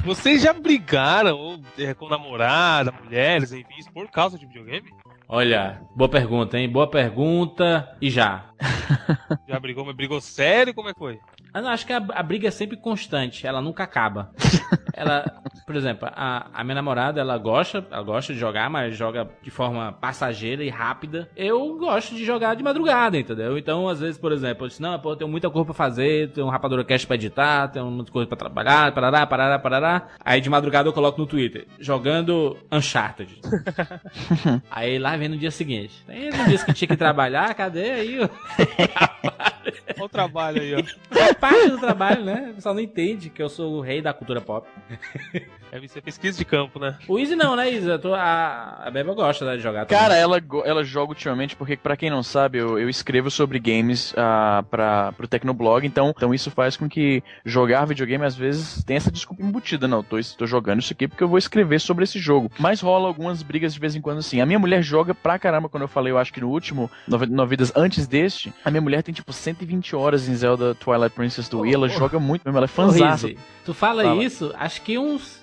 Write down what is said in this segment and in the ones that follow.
Vocês já brigaram com namorada, mulheres, enfim, por causa de videogame? Olha, boa pergunta, hein? Boa pergunta e já. Já brigou, mas brigou sério? Como é que foi? Eu não, acho que a briga é sempre constante, ela nunca acaba. Ela, por exemplo, a minha namorada, ela gosta de jogar, mas joga de forma passageira e rápida. Eu gosto de jogar de madrugada, entendeu? Então, às vezes, por exemplo, eu disse, não, pô, eu tenho muita coisa pra fazer, tenho um Rapadura Cast pra editar, tenho muita coisa pra trabalhar, parará. Aí de madrugada eu coloco no Twitter, jogando Uncharted. Aí lá vem no dia seguinte. Tem no dia que tinha que trabalhar, cadê aí o Olha o trabalho aí, ó. É parte do trabalho, né? O pessoal não entende que eu sou o rei da cultura pop. Deve ser pesquisa de campo, né? O Izzy não, né, Izzy? A Beba gosta, né, de jogar também. Cara, ela joga ultimamente porque, pra quem não sabe, eu escrevo sobre games pro Tecnoblog, então isso faz com que jogar videogame às vezes tem essa desculpa embutida. Não, tô jogando isso aqui porque eu vou escrever sobre esse jogo. Mas rola algumas brigas de vez em quando assim. A minha mulher joga pra caramba, quando eu falei, eu acho que no último, 9 vidas antes deste, a minha mulher tem tipo 120 horas em Zelda Twilight Princess do Wii, ela joga muito mesmo, ela é fãzaça. Tu fala isso, acho que uns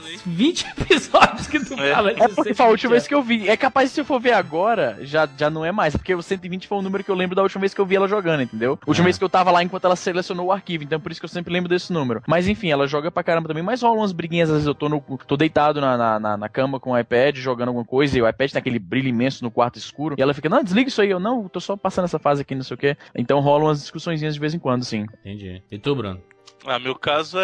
20 episódios que tu fala disso. É porque foi a última vez que eu vi. É capaz, se eu for ver agora, já não é mais. Porque o 120 foi o número que eu lembro da última vez que eu vi ela jogando, entendeu? A última vez que eu tava lá enquanto ela selecionou o arquivo. Então por isso que eu sempre lembro desse número. Mas enfim, ela joga pra caramba também. Mas rolam umas briguinhas, às vezes eu tô deitado na cama com o iPad, jogando alguma coisa. E o iPad tem aquele brilho imenso no quarto escuro. E ela fica, não, desliga isso aí. Eu, não, tô só passando essa fase aqui, não sei o quê. Então rolam umas discussõezinhas de vez em quando, sim. Entendi. E tu, Bruno? Meu caso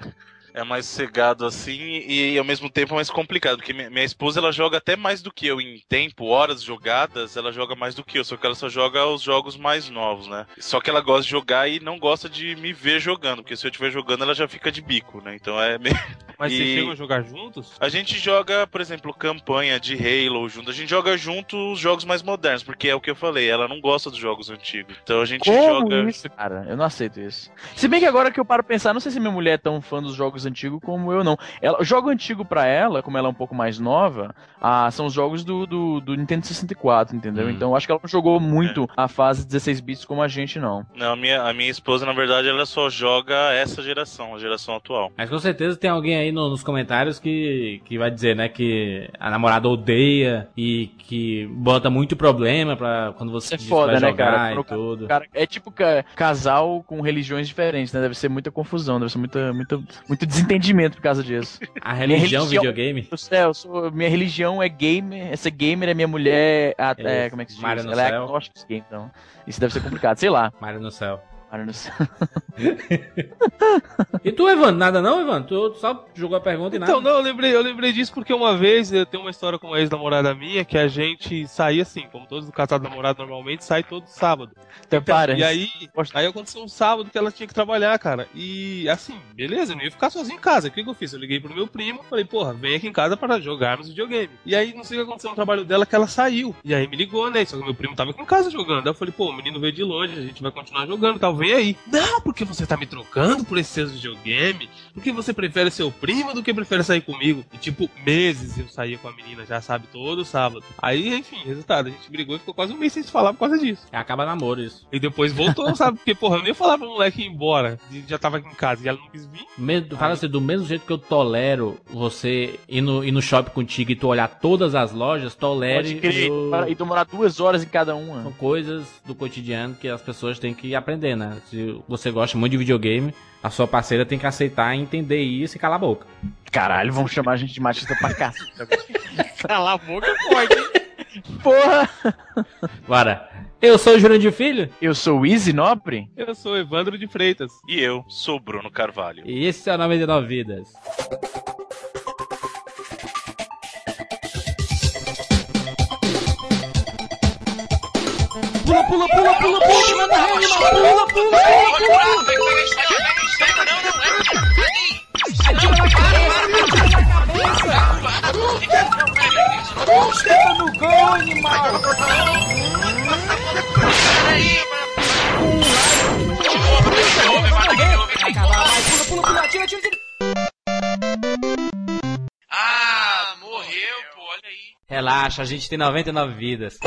é mais cegado assim e ao mesmo tempo mais complicado, porque minha esposa ela joga até mais do que eu em tempo, horas jogadas, ela joga mais do que eu, só que ela só joga os jogos mais novos, né? Só que ela gosta de jogar e não gosta de me ver jogando, porque se eu estiver jogando ela já fica de bico, né? Então é meio... Mas vocês chegam a jogar juntos? A gente joga, por exemplo, campanha de Halo junto, a gente joga junto os jogos mais modernos, porque é o que eu falei, ela não gosta dos jogos antigos, então a gente joga... Isso, cara? Eu não aceito isso. Se bem que agora que eu paro pra pensar, não sei se minha mulher é tão fã dos jogos antigos como eu não. O jogo antigo pra ela, como ela é um pouco mais nova, são os jogos do Nintendo 64, entendeu? Então eu acho que ela não jogou muito a fase 16 bits como a gente, não. Não, a minha esposa, na verdade, ela só joga essa geração, a geração atual. Mas com certeza tem alguém aí nos comentários que vai dizer, né, que a namorada odeia e que bota muito problema pra quando você diz foda, que vai né, jogar cara? e tudo. Cara, é tipo casal com religiões diferentes, né? Deve ser muita confusão, deve ser muito desentendimento por causa disso. A religião videogame? Minha religião é gamer, essa gamer é minha mulher, como é que se diz? Maria no Ela é céu. agnóstica de game, então isso deve ser complicado, sei lá. Maria no céu. Maria no céu. E tu, Evandro? Nada não, Evandro? Tu só jogou a pergunta e nada? Então, não, eu lembrei disso porque uma vez eu tenho uma história com uma ex-namorada minha que a gente saía assim, como todos os casados namorados normalmente, sai todo sábado. Até parece. E aí aconteceu um sábado que ela tinha que trabalhar, cara. E assim, beleza, eu não ia ficar sozinho em casa. O que eu fiz? Eu liguei pro meu primo, falei, porra, vem aqui em casa para jogarmos videogame. E aí, não sei o que aconteceu no trabalho dela, que ela saiu. E aí me ligou, né? Só que meu primo tava aqui em casa jogando. Aí eu falei, pô, o menino veio de longe, a gente vai continuar jogando, tal, vem aí. Não, porque você tá me trocando por esse seu videogame? Porque você prefere seu primo do que prefere sair comigo? E tipo, meses eu saía com a menina, já sabe, todo sábado. Aí, enfim, resultado, a gente brigou e ficou quase um mês sem se falar por causa disso. Acaba namoro isso. E depois voltou, sabe? Porque, porra, eu nem ia falar pro moleque ir embora. Já tava aqui em casa e ela não quis vir. Fala assim, do mesmo jeito que eu tolero você ir no shopping contigo e tu olhar todas as lojas, tolere... Pode crer, e demorar 2 horas em cada uma. São coisas do cotidiano que as pessoas têm que aprender, né? Se você gosta muito de videogame, a sua parceira tem que aceitar, entender isso e calar a boca. Caralho, vão chamar a gente de machista pra cá. Calar a boca pode. Porra! Bora. Eu sou o Jurandir Filho. Eu sou o Izzy Nobre. Eu sou o Evandro de Freitas. E eu sou o Bruno Carvalho. E esse é o 99 Vidas. Pula, pula, pula, pula, pula, manda rede, pula, pula, Atira na cabeça! Esteva no gol, animal! Peraí, Pula, pula, atira! morreu, pô, olha aí. Relaxa, a gente tem 99 vidas.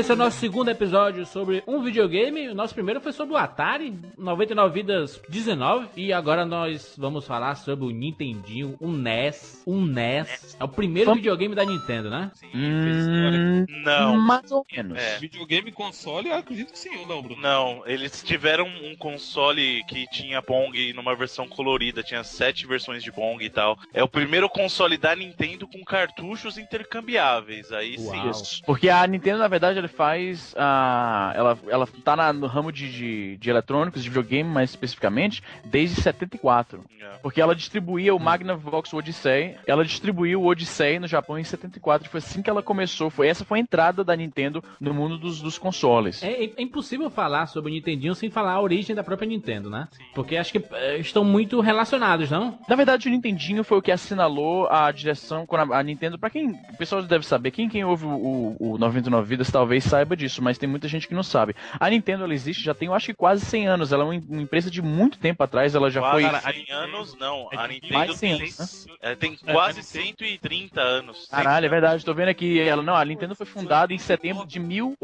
Esse é o nosso segundo episódio sobre um videogame. O nosso primeiro foi sobre o Atari, 99 Vidas 19. E agora nós vamos falar sobre o Nintendinho, um NES. Um NES. É o primeiro videogame da Nintendo, né? Sim, fez história. Não. Mais ou menos. Videogame console, eu acredito que sim ou não, Bruno? Não, eles tiveram um console que tinha Pong numa versão colorida, tinha 7 versões de Pong e tal. É o primeiro console da Nintendo com cartuchos intercambiáveis, aí sim. Uau. Isso. Porque a Nintendo, na verdade, ela faz. Ela tá no ramo de eletrônicos, de videogame mais especificamente, desde 74. Porque ela distribuía o Magnavox Odyssey. Ela distribuiu o Odyssey no Japão em 74. Foi assim que ela começou. Essa foi a entrada da Nintendo no mundo dos consoles. É impossível falar sobre o Nintendinho sem falar a origem da própria Nintendo, né? Sim. Porque acho que estão muito relacionados, não? Na verdade, o Nintendinho foi o que assinalou a direção quando a Nintendo. Pra quem. O pessoal deve saber, quem ouve o 99 Vidas talvez saiba disso, mas tem muita gente que não sabe. A Nintendo, ela existe já tem, eu acho que quase 100 anos. Ela é uma empresa de muito tempo atrás. Ela já foi. Cara, 100 anos não. A Nintendo mais 100 tem, anos, tem quase 130 anos. Caralho, é verdade. Tô vendo aqui. A Nintendo foi fundada em setembro de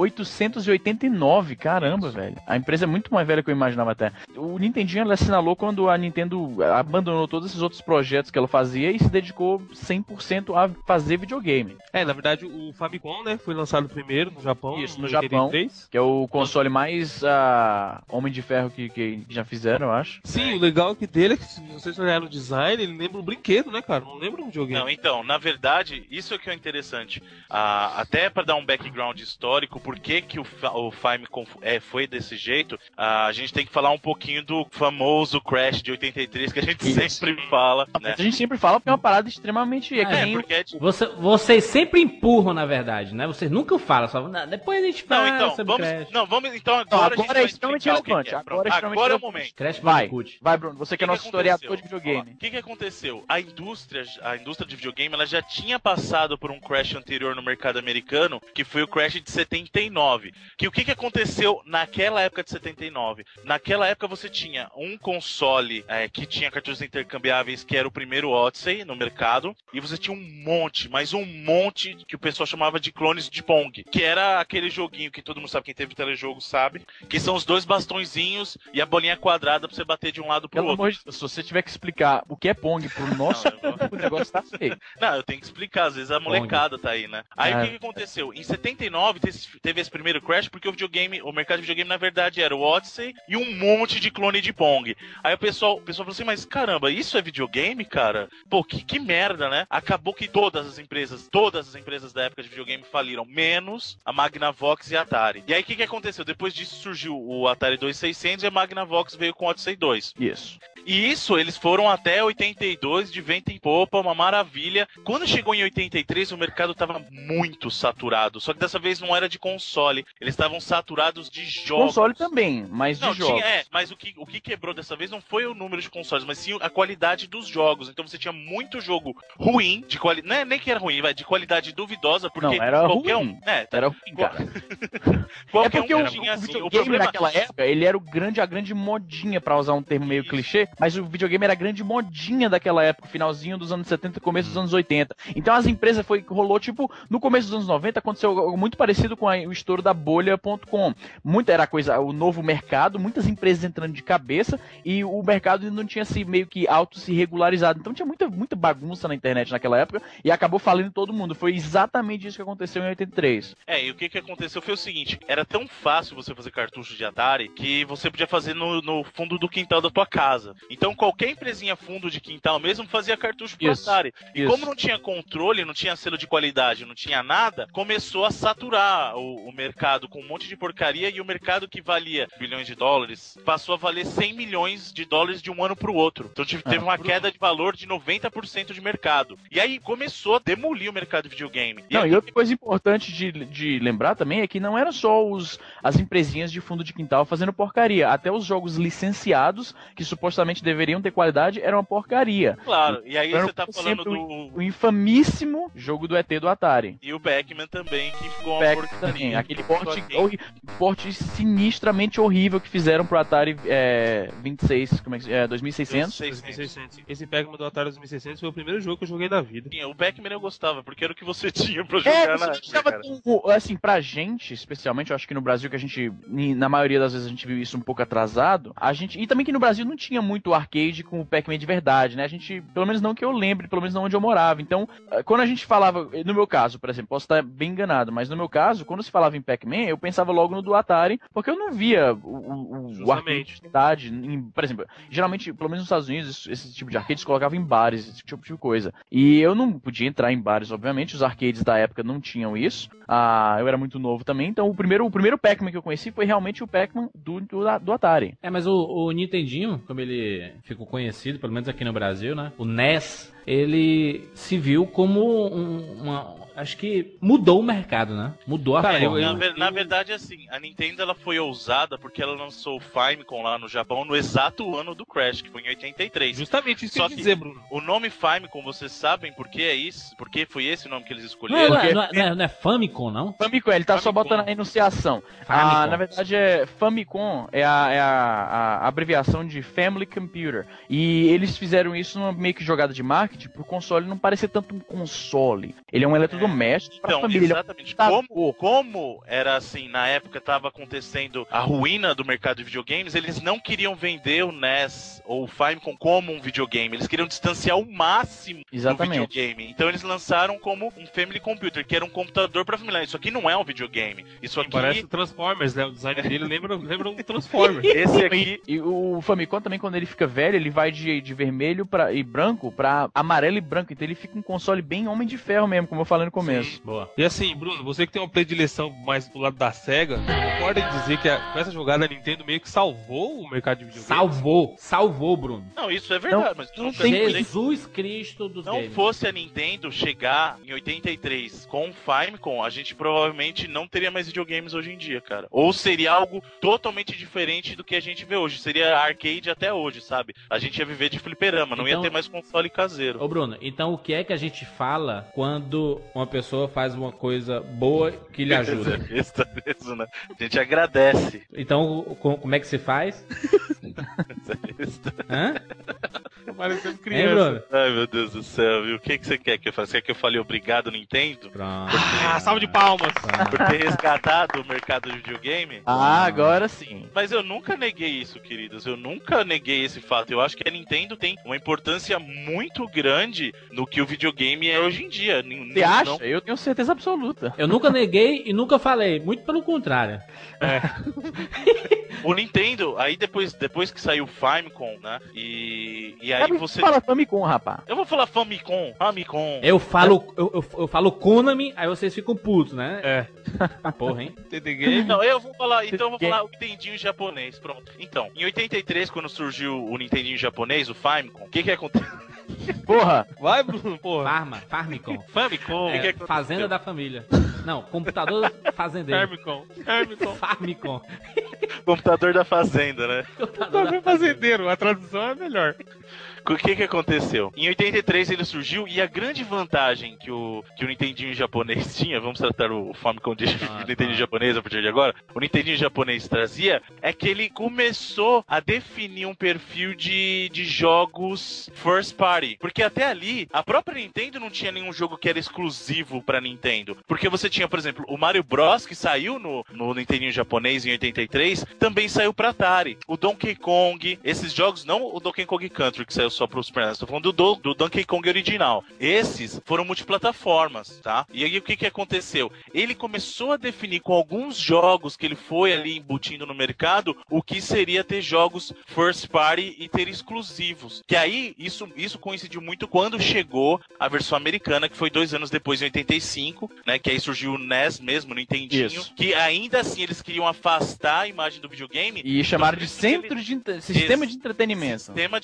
1889. Caramba, velho. A empresa é muito mais velha que eu imaginava até. O Nintendinho, ela assinalou quando a Nintendo abandonou todos esses outros projetos que ela fazia e se dedicou 100% a fazer videogame. Na verdade, o Famicom, né, foi lançado primeiro no Japão. Isso, no 83. Japão, que é o console mais Homem de Ferro que já fizeram, eu acho. Sim, o legal aqui dele é que, se vocês olharem no design, ele lembra um brinquedo, né, cara? Não lembra um videogame. Não, então, na verdade, isso é que é interessante. Até para dar um background histórico, por que o Famicom foi desse jeito, a gente tem que falar um pouquinho do famoso Crash de 83, que a gente sempre fala, né? A gente sempre fala porque é uma parada extremamente... Vocês sempre empurram, na verdade, né? Vocês nunca falam, só depois a gente fala sobre Crash. Agora é extremamente relevante. Agora é o momento. Crash vai, Bruno, você que é nosso historiador de videogame. O que aconteceu? A indústria de videogame, ela já tinha passado por um Crash anterior no mercado americano, que foi o Crash de 79. O que aconteceu naquela época de 79? Naquela época você tinha um console que tinha cartuchos intercambiáveis, que era o primeiro Odyssey no mercado, e você tinha mas um monte que o pessoal chamava de clones de Pong, que era aquele joguinho que todo mundo sabe, quem teve telejogo sabe, que são os dois bastõezinhos e a bolinha quadrada pra você bater de um lado pro outro. Se você tiver que explicar o que é Pong pro nosso o negócio tá feio. Não, eu tenho que explicar, às vezes a molecada tá aí, né? Aí o que aconteceu? Em 79 teve esse primeiro Crash, porque o mercado de videogame na verdade era o Odyssey e um monte de clone de Pong. Aí o pessoal falou assim, mas caramba, isso é videogame, cara? Pô, que merda, né? Acabou que todas as empresas da época de videogame faliram, menos a Magnavox e a Atari. E aí o que aconteceu? Depois disso surgiu o Atari 2600 e a Magnavox veio com o Odyssey 2. Isso. E isso, eles foram até 82, de vento em popa, uma maravilha. Quando chegou em 83, o mercado estava muito saturado. Só que dessa vez não era de console, eles estavam saturados de jogos. Console também, mas de jogos. Mas o que quebrou dessa vez não foi o número de consoles, mas sim a qualidade dos jogos. Então você tinha muito jogo ruim, de qualidade, não é nem que era ruim, de qualidade duvidosa, porque não, era qualquer ruim. Era ruim, cara. Qualquer porque tinha assim. O videogame naquela época, ele era a grande modinha, pra usar um termo meio clichê, mas o videogame era a grande modinha daquela época, finalzinho dos anos 70, começo dos anos 80. Então as empresas rolou tipo, no começo dos anos 90 aconteceu algo muito parecido com o estouro da bolha.com. Era o novo mercado, muitas empresas entrando de cabeça e o mercado não tinha meio que se regularizado. Então tinha muita bagunça na internet naquela época e acabou falindo todo mundo. Foi exatamente isso que aconteceu em 83. E o que aconteceu foi o seguinte, era tão fácil você fazer cartucho de Atari que você podia fazer no fundo do quintal da tua casa. Então qualquer empresinha fundo de quintal mesmo fazia cartucho pro Atari. E como não tinha controle, não tinha selo de qualidade, não tinha nada, começou a saturar o mercado com um monte de porcaria e o mercado que valia bilhões de dólares passou a valer 100 milhões de dólares de um ano pro outro. Então teve uma queda de valor de 90% de mercado. E aí começou a demolir o mercado de videogame. E outra coisa importante de lembrar também é que não era só as empresinhas de fundo de quintal fazendo porcaria. Até os jogos licenciados, que supostamente deveriam ter qualidade, era uma porcaria. Claro, e aí Era você tá falando do... o infamíssimo jogo do ET do Atari. E o Backman também, que ficou uma Pac-Man porcaria. também, aquele Ficou porte sinistramente horrível que fizeram pro Atari 26, 2600. 2600. Esse Pac-Man do Atari 2600 foi o primeiro jogo que eu joguei na vida. O Backman eu gostava, porque era o que você tinha pra jogar na época, cara. Assim, pra gente, especialmente, eu acho que no Brasil, que a gente, na maioria das vezes, a gente viu isso um pouco atrasado, e também que no Brasil não tinha muito arcade com o Pac-Man de verdade, né? A gente, pelo menos não que eu lembre, pelo menos não onde eu morava. Então, quando a gente falava, no meu caso, por exemplo, posso estar bem enganado, mas no meu caso, quando se falava em Pac-Man, eu pensava logo no do Atari, porque eu não via o arcade de verdade. Por exemplo, geralmente, pelo menos nos Estados Unidos, esse tipo de arcade se colocava em bares, esse tipo de coisa. E eu não podia entrar em bares, obviamente, os arcades da época não tinham isso. Eu era muito novo também, então o primeiro Pac-Man que eu conheci foi realmente o Pac-Man do Atari. Mas o Nintendinho, como ele ficou conhecido, pelo menos aqui no Brasil, né? O NES, ele se viu como acho que mudou o mercado, né? Mudou a forma. Na verdade, assim, a Nintendo ela foi ousada porque ela lançou o Famicom lá no Japão no exato ano do Crash, que foi em 83. Justamente isso que eu Só ia que dizer, Bruno. o nome Famicom, vocês sabem por que é isso? Por que foi esse o nome que eles escolheram? Não é Famicom, não? Famicom, ele tá só botando a enunciação. Na verdade, Famicom é a abreviação de Family Computer. E eles fizeram isso numa meio que jogada de marketing pro console não parecer tanto um console. Ele é um eletrodoméstico pra família. Exatamente. Como era assim, na época tava acontecendo a ruína do mercado de videogames, eles não queriam vender o NES ou o Famicom como um videogame. Eles queriam distanciar o máximo do videogame. Então eles lançaram como um Family Computer, que era um computador pra família. Isso aqui não é um videogame. Isso aqui... Parece o Transformers, né? O design dele lembra um Transformers. Esse aqui... E o Famicom também, quando ele fica velho, ele vai de vermelho e branco pra amarelo e branco. Então ele fica um console bem Homem de Ferro mesmo, como eu falei no começo. Sim. Boa. E assim, Bruno, você que tem uma predileção mais do lado da SEGA, concorda em dizer que com essa jogada a Nintendo meio que salvou o mercado de videogames? Salvou, Bruno. Não, isso é verdade, mas não nunca tem Jesus Cristo dos games. Não fosse a Nintendo chegar em 83 com o Famicom, a gente provavelmente não teria mais videogames hoje em dia, cara. Ou seria algo totalmente diferente do que a gente vê hoje. Seria arcade até hoje, sabe? A gente ia viver de fliperama, não ia ter mais console caseiro. Ô Bruno, então o que é que a gente fala quando uma pessoa faz uma coisa boa que lhe ajuda? Isso, né? A gente agradece. Então, como é que se faz? Hã? Parecendo criança. Ai, meu Deus do céu, viu? O que você quer que eu faça? Você quer que eu fale obrigado, Nintendo? Pronto. Salve de palmas! Por ter resgatado o mercado de videogame? Agora sim. Mas eu nunca neguei isso, queridos. Eu nunca neguei esse fato. Eu acho que a Nintendo tem uma importância muito grande no que o videogame é hoje em dia. Você acha? Eu tenho certeza absoluta. Eu nunca neguei e nunca falei. Muito pelo contrário. O Nintendo, aí depois que saiu o Famicom, né? E aí você... Fala Famicom, rapaz. Eu vou falar Famicom. Eu falo Konami, aí vocês ficam putos, né? É. Porra, hein? Não, eu vou falar o Nintendinho japonês, pronto. Então, em 83, quando surgiu o Nintendinho japonês, o Famicom, o que aconteceu? Porra! Vai, Bruno, porra. Famicom. Famicom. É, Fazenda da Família. Não, computador fazendeiro. Famicom. Computador da fazenda, né? Computador fazendeiro, a tradução é melhor. O que aconteceu? Em 83 ele surgiu e a grande vantagem que o Nintendinho japonês tinha, vamos tratar o Famicom de Nintendinho japonês a partir de agora, o Nintendinho japonês trazia, é que ele começou a definir um perfil de jogos first party. Porque até ali, a própria Nintendo não tinha nenhum jogo que era exclusivo pra Nintendo. Porque você tinha, por exemplo, o Mario Bros, que saiu no Nintendinho japonês em 83, também saiu pra Atari. O Donkey Kong, esses jogos, não o Donkey Kong Country, que saiu só pro Super NES, tô falando do Donkey Kong original. Esses foram multiplataformas, tá? E aí o que aconteceu? Ele começou a definir com alguns jogos que ele foi ali embutindo no mercado, o que seria ter jogos first party e ter exclusivos. Que aí, isso coincidiu muito quando chegou a versão americana, que foi 2 anos depois, em 85, né? Que aí surgiu o NES mesmo, no Nintendinho. Isso. Que ainda assim eles queriam afastar a imagem do videogame. E chamaram de Sistema de Entretenimento. Sistema de Entretenimento.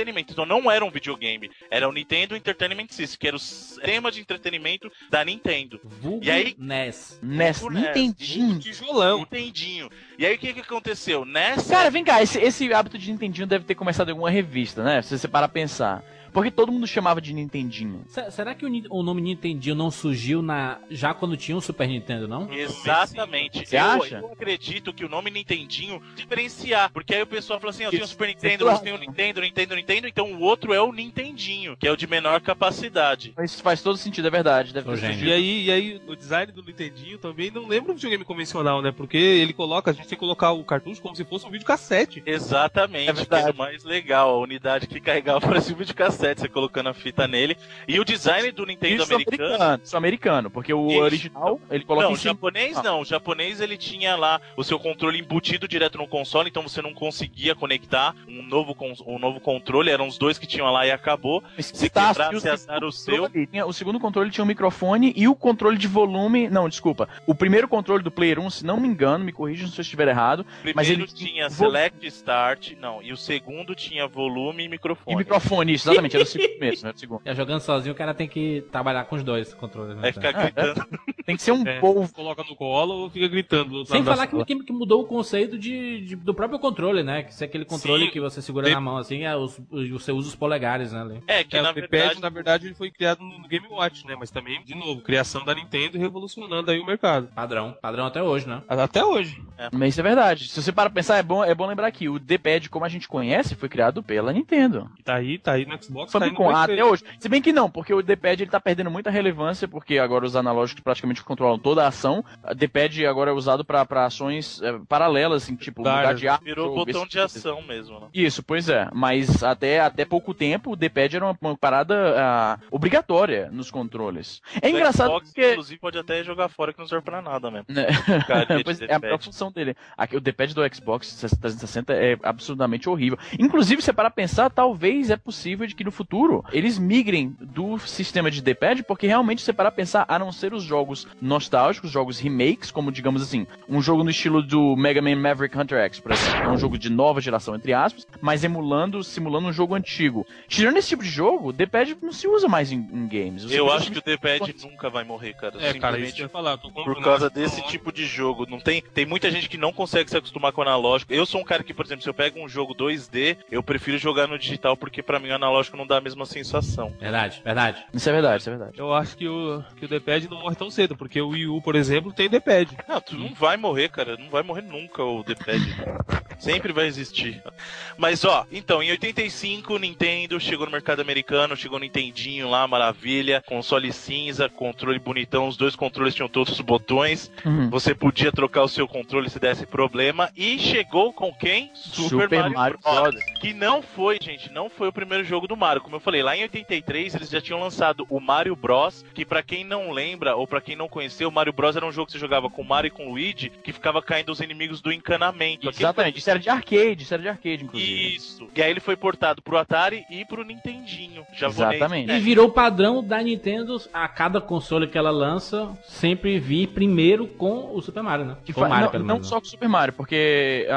entretenimento. Então não era um videogame, era o Nintendo Entertainment System, que era o sistema de entretenimento da Nintendo. Vulgo E aí- NES. NES, Nintendinho. Tijolão. Nintendinho. E aí o que aconteceu? Nessa... Cara, vem cá, esse hábito de Nintendinho deve ter começado em alguma revista, né? Se você parar a pensar. Porque todo mundo chamava de Nintendinho. Será que o nome Nintendinho não surgiu já quando tinha o Super Nintendo, não? Exatamente. Você acha? Eu acredito que o nome Nintendinho diferenciar. Porque aí o pessoal fala assim, eu tenho o Isso. Super Nintendo, Claro. você tem o Nintendo, então o outro é o Nintendinho, que é o de menor capacidade. Isso faz todo sentido, é verdade. Deve Ô, ter gênio. surgido. E aí, o design do Nintendinho também não lembra um videogame convencional, né? Porque ele coloca, a gente tem que colocar o cartucho como se fosse um videocassete. Exatamente, É que verdade. era o mais legal. A unidade que carregava parecia um videocassete, você colocando a fita nele. E o design do Nintendo americano... Isso americano, porque o Isso. original, ele coloca Não, em o cima. japonês não. O japonês ele tinha lá o seu controle embutido direto no console, então você não conseguia conectar um novo controle. Eram os dois que tinham lá e acabou. Se quebrasse, azar o seu. O segundo controle tinha um microfone e o controle de volume. Não, desculpa. O primeiro controle do Player 1, se não me engano, me corrijam se eu estiver errado. O Mas primeiro ele tinha vo- Select Start, não. E o segundo tinha volume e microfone. E microfone, isso, exatamente, era o segundo mesmo, era o segundo. Já jogando sozinho, o cara tem que trabalhar com os dois controles. Né? Aí ficar gritando. Tem que ser um É, povo. coloca no colo ou fica gritando. do outro Sem lado da falar sala. que mudou o conceito do próprio controle, né? Que se aquele controle Sim. que você segura na mão assim, você usa os polegares, né? Ali. É, que É, na o D-pad, verdade. na verdade, ele foi criado no Game Watch, né? Mas também, de novo, criação da Nintendo revolucionando aí o mercado. Padrão até hoje, né? Até hoje. Mas isso é verdade. Se você para pensar, é bom lembrar que o D-pad, como a gente conhece, foi criado pela Nintendo. Tá aí no Xbox, tá aí no Famicom, até PlayStation. hoje. Se bem que não, porque o D-pad ele tá perdendo muita relevância, porque agora os analógicos praticamente controlam toda a ação. O D-pad agora é usado pra ações paralelas, assim, tipo, mudar de arma. Virou jogo, botão esse de tipo de- ação mesmo, né? Isso, pois é. Mas até pouco tempo o D-pad era uma parada obrigatória nos controles. É O engraçado Xbox, porque. inclusive, pode até jogar fora que não serve pra nada mesmo. Né? Carinha de Pois é, a D-pad. função dele. O D-pad do Xbox 360 é absurdamente horrível. Inclusive, se para pensar, talvez é possível de que no futuro eles migrem do sistema de D-pad, porque realmente, se para pensar, a não ser os jogos nostálgicos, jogos remakes, como digamos assim, um jogo no estilo do Mega Man Maverick Hunter X, por exemplo, é um jogo de nova geração, entre aspas, mas simulando um jogo antigo. Tirando esse tipo de jogo, o D-pad não se usa mais em games. Você Eu usa acho que o D-pad nunca vai morrer, cara. É, cara, isso Simplesmente que eu ia falar. Eu tô por comprando causa um desse analógico. tipo de jogo. Não tem muita gente que não consegue se acostumar com o analógico. Eu sou um cara que, por exemplo, se eu pego um jogo 2D, eu prefiro jogar no digital porque pra mim o analógico não dá a mesma sensação. Verdade. Isso é verdade, isso é verdade. Eu acho que o D-pad não morre tão cedo, porque o Wii U, por exemplo, tem D-pad. Não, tu não vai morrer, cara. Não vai morrer nunca o D-pad. Sempre vai existir. Mas ó, então, em 85, o Nintendo chegou no mercado americano, chegou o Nintendinho lá, maravilha, console cinza, controle bonitão, os dois controles tinham todos os botões, você podia trocar o seu controle se desse problema, e chegou com quem? Super Mario Bros. Que não foi, gente, não foi o primeiro jogo do Mario. Como eu falei, lá em 83 eles já tinham lançado o Mario Bros, que pra quem não lembra, ou pra quem não conheceu, o Mario Bros era um jogo que você jogava com o Mario e com o Luigi, que ficava caindo os inimigos do encanamento. Aquele Exatamente, isso era de arcade, inclusive. Isso. E aí ele foi portado pro Atari e pro Nintendinho japonês. Exatamente. E virou padrão da Nintendo a cada console que ela lança sempre vir primeiro com o Super Mario, né? Que Com o Mario, não, pelo não menos. só com o Super Mario, porque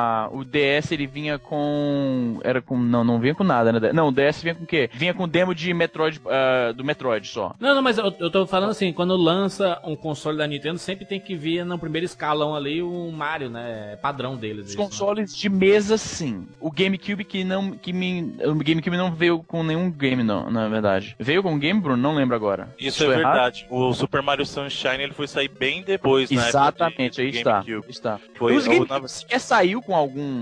o DS ele vinha com. Não vinha com nada, né? Não, o DS vinha com o quê? Vinha com demo de Metroid, do Metroid só. Não, mas eu tô falando assim, quando lança um console da Nintendo, sempre tem que vir no primeiro escalão ali o Mario, né? É padrão deles. Os isso, né? consoles de mesa, sim. O GameCube o GameCube não veio com nenhum game, não, na verdade. Veio com um game, Bruno? Não lembro agora. Isso é foi errado? verdade. O Super Mario Sunshine ele foi sair bem depois, né? Exatamente, aí está. Foi Os ou GameCube sequer saiu com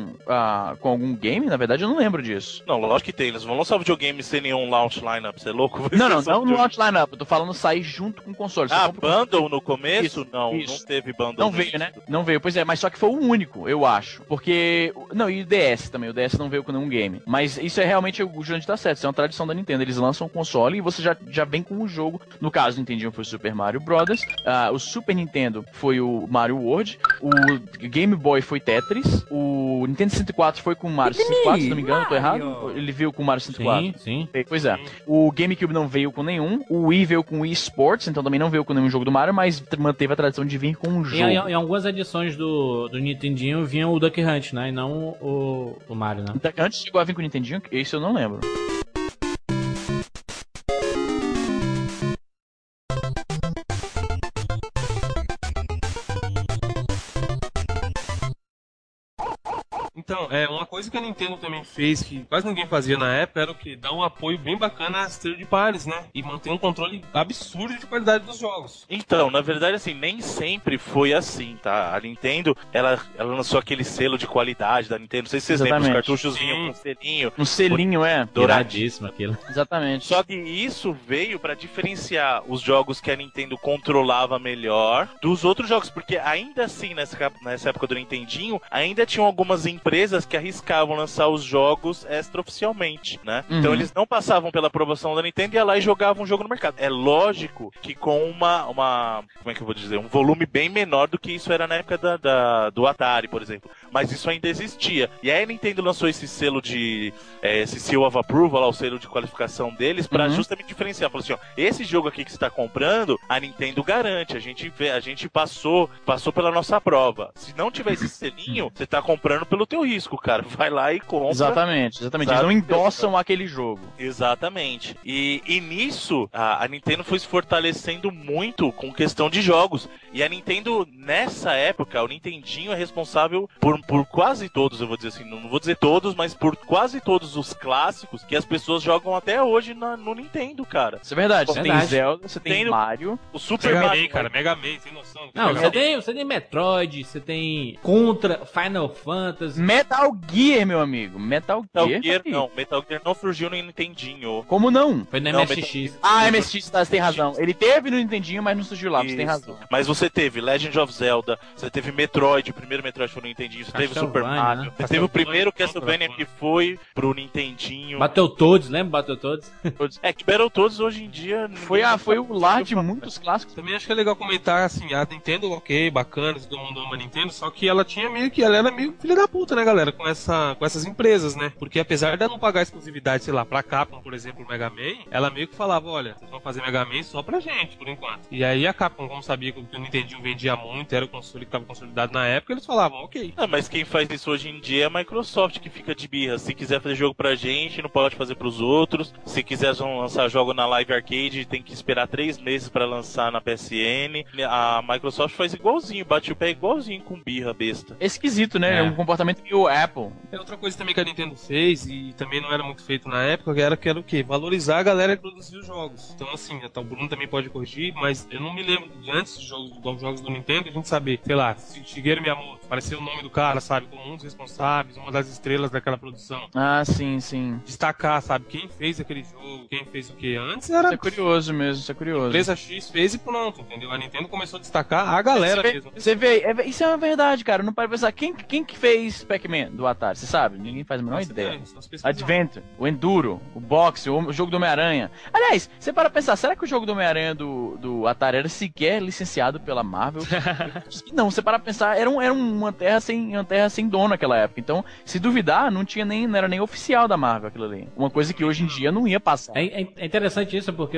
algum game? Na verdade, eu não lembro disso. Não, lógico que tem. Eles vão lançar videogame sem nenhum launch lineup. Você é louco? Não no videogame. launch lineup. Eu tô falando sair junto com o console. Você Ah, compra- bundle no começo? Isso, não, isso. não teve bundle. Não no veio, início. né? Não veio, pois é, mas só que foi o único, eu acho. Porque. Não, e o DS também. O DS não veio com nenhum game. Mas isso é realmente, o Jurandir tá certo. Isso é uma tradição da Nintendo. Eles lançam o console e você já vem com o jogo. No caso, o Nintendinho foi o Super Mario Bros. O Super Nintendo foi o Mario World. O Game Boy foi Tetris. O Nintendo 64 foi com o Mario 64, se não me engano, tô errado. Ele veio com o Mario 64. Sim. Pois é. O GameCube não veio com nenhum. O Wii veio com o Wii Sports, então também não veio com nenhum jogo do Mario, mas manteve a tradição de vir com um jogo. Em algumas edições do Nintendinho vinha o Duck Hunt antes, né? E não o Mario, né? Antes chegou a vir com o Nintendinho? Isso eu não lembro. Então, uma coisa que a Nintendo também fez, que quase ninguém fazia na época, era o que? Dar um apoio bem bacana às third parties, né? E manter um controle absurdo de qualidade dos jogos. Então, na verdade, assim, nem sempre foi assim, tá? A Nintendo, ela lançou aquele selo de qualidade da Nintendo. Não sei se vocês lembram, os cartuchos vinham com selinho. Um selinho, Douradíssimo aquilo. Exatamente. Só que isso veio pra diferenciar os jogos que a Nintendo controlava melhor dos outros jogos, porque ainda assim, nessa época do Nintendinho, ainda tinham algumas empresas que arriscavam lançar os jogos extraoficialmente, né? Então eles não passavam pela aprovação da Nintendo e ia lá e jogavam um jogo no mercado. É lógico que com uma como é que eu vou dizer? Um volume bem menor do que isso era na época do Atari, por exemplo. Mas isso ainda existia. E aí a Nintendo lançou esse selo esse Seal of Approval, lá, o selo de qualificação deles, pra justamente diferenciar. Falou assim, ó, esse jogo aqui que você tá comprando, a Nintendo garante. A gente passou pela nossa prova. Se não tiver esse selinho, você tá comprando pelo teu risco, cara. Vai lá e compra. Exatamente. Eles não endossam aquele jogo. Exatamente. E nisso, a Nintendo foi se fortalecendo muito com questão de jogos. E a Nintendo, nessa época, o Nintendinho é responsável por quase todos, eu vou dizer assim, não vou dizer todos, mas por quase todos os clássicos que as pessoas jogam até hoje no Nintendo, cara. Isso é verdade. Você tem Zelda, você tem Mario. O Super Mario, cara, Mega Man, sem noção. Não, você tem Metroid, você tem Contra, Final Fantasy. Metal Gear, meu amigo. Metal Gear não. Metal Gear não surgiu no Nintendinho. Como não? Foi no Não, MSX. MSX, você tem razão. Ele teve no Nintendinho, mas não surgiu lá, você tem razão. Mas você teve Legend of Zelda, você teve Metroid, o primeiro Metroid foi no Nintendinho, você teve Super Mario, né? você teve o primeiro Castlevania que foi pro Nintendinho. Battletoads, lembra Battletoads? Que Battletoads hoje em dia... Foi o lar de muitos clássicos. Também acho que é legal comentar, assim, a Nintendo, ok, bacana, todo mundo ama a Nintendo, só que ela era meio filha da puta, né, galera, com essas empresas, né? Porque apesar de ela não pagar exclusividade, sei lá, pra Capcom, por exemplo, o Mega Man, ela meio que falava, olha, vocês vão fazer Mega Man só pra gente, por enquanto. E aí a Capcom, como sabia que o Nintendinho vendia muito, era o console que tava consolidado na época, eles falavam, ok. Mas quem faz isso hoje em dia é a Microsoft, que fica de birra. Se quiser fazer jogo pra gente, não pode fazer pros outros. Se quiser lançar jogo na Live Arcade, tem que esperar 3 meses pra lançar na PSN. A Microsoft faz igualzinho, bate o pé igualzinho com birra besta. É esquisito, né? É um comportamento meio Apple. Outra coisa também que a Nintendo fez, e também não era muito feito na época, que era o quê? Valorizar a galera que produzia os jogos. Então, assim, o Bruno também pode corrigir, mas eu não me lembro de antes dos jogos do Nintendo, a gente saber, sei lá, Shigeru Miyamoto, apareceu o nome do cara, sabe, como um dos responsáveis, uma das estrelas daquela produção. Ah, sim. Destacar, sabe, quem fez aquele jogo, quem fez o que. Antes era... Isso é curioso mesmo, isso é curioso. A empresa X fez e pronto, entendeu? A Nintendo começou a destacar a galera mesmo. Você vê, isso é uma verdade, cara, não para pensar, quem que fez Pac-Man do Atari, você sabe? Ninguém faz a menor ideia. Adventure, o Enduro, o Boxe, o jogo do Homem-Aranha. Aliás, você para pensar, será que o jogo do Homem-Aranha do Atari era sequer licenciado pela Marvel? Não, você para pensar, era uma terra sem dono naquela época. Então, se duvidar, não era nem oficial da Marvel aquilo ali. Uma coisa que hoje em dia não ia passar. É interessante isso, porque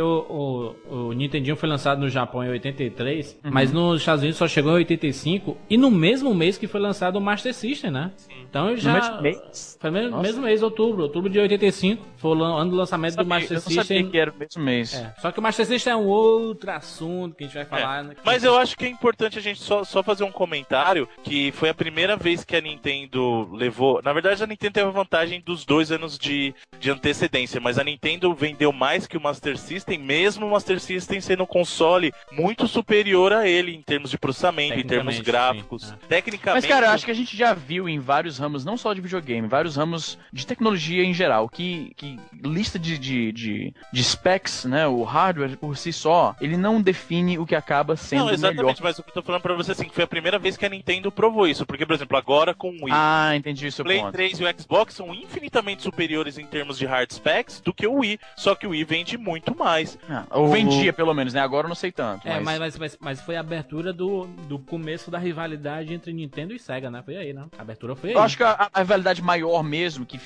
o Nintendinho foi lançado no Japão em 83, mas nos Estados Unidos só chegou em 85, e no mesmo mês que foi lançado o Master System, né? Então já... No mesmo mês? Foi no mesmo mês, outubro de 85, foi o ano do lançamento do Master System. Eu não sabia que era o mesmo mês. Só que o Master System é um outro assunto que a gente vai falar. Né? Mas eu acho que é importante a gente só fazer um comentário, que foi a primeira vez que a Nintendo levou... Na verdade, a Nintendo teve a vantagem dos 2 anos de antecedência, mas a Nintendo vendeu mais que o Master System, mesmo o Master System sendo um console muito superior a ele, em termos de processamento, em termos gráficos. Tecnicamente... Mas, cara, eu acho que a gente já viu em vários ramos, não só de videogame, vários ramos de tecnologia em geral, que lista de specs, né, o hardware por si só, ele não define o que acaba sendo melhor. Não, exatamente, mas o que eu tô falando pra você, assim, que foi a primeira vez que a Nintendo provou isso, porque, por exemplo, agora com o Wii... Ah, entendi o seu Play ponto. 3 e o Xbox são infinitamente superiores em termos de hard specs do que o Wii, só que o Wii vende muito mais. Ou vendia, pelo menos, né, agora eu não sei tanto. Mas foi a abertura do começo da rivalidade entre Nintendo e Sega, né? Foi aí, né? A abertura foi aí. Eu acho que a rivalidade maior mesmo, que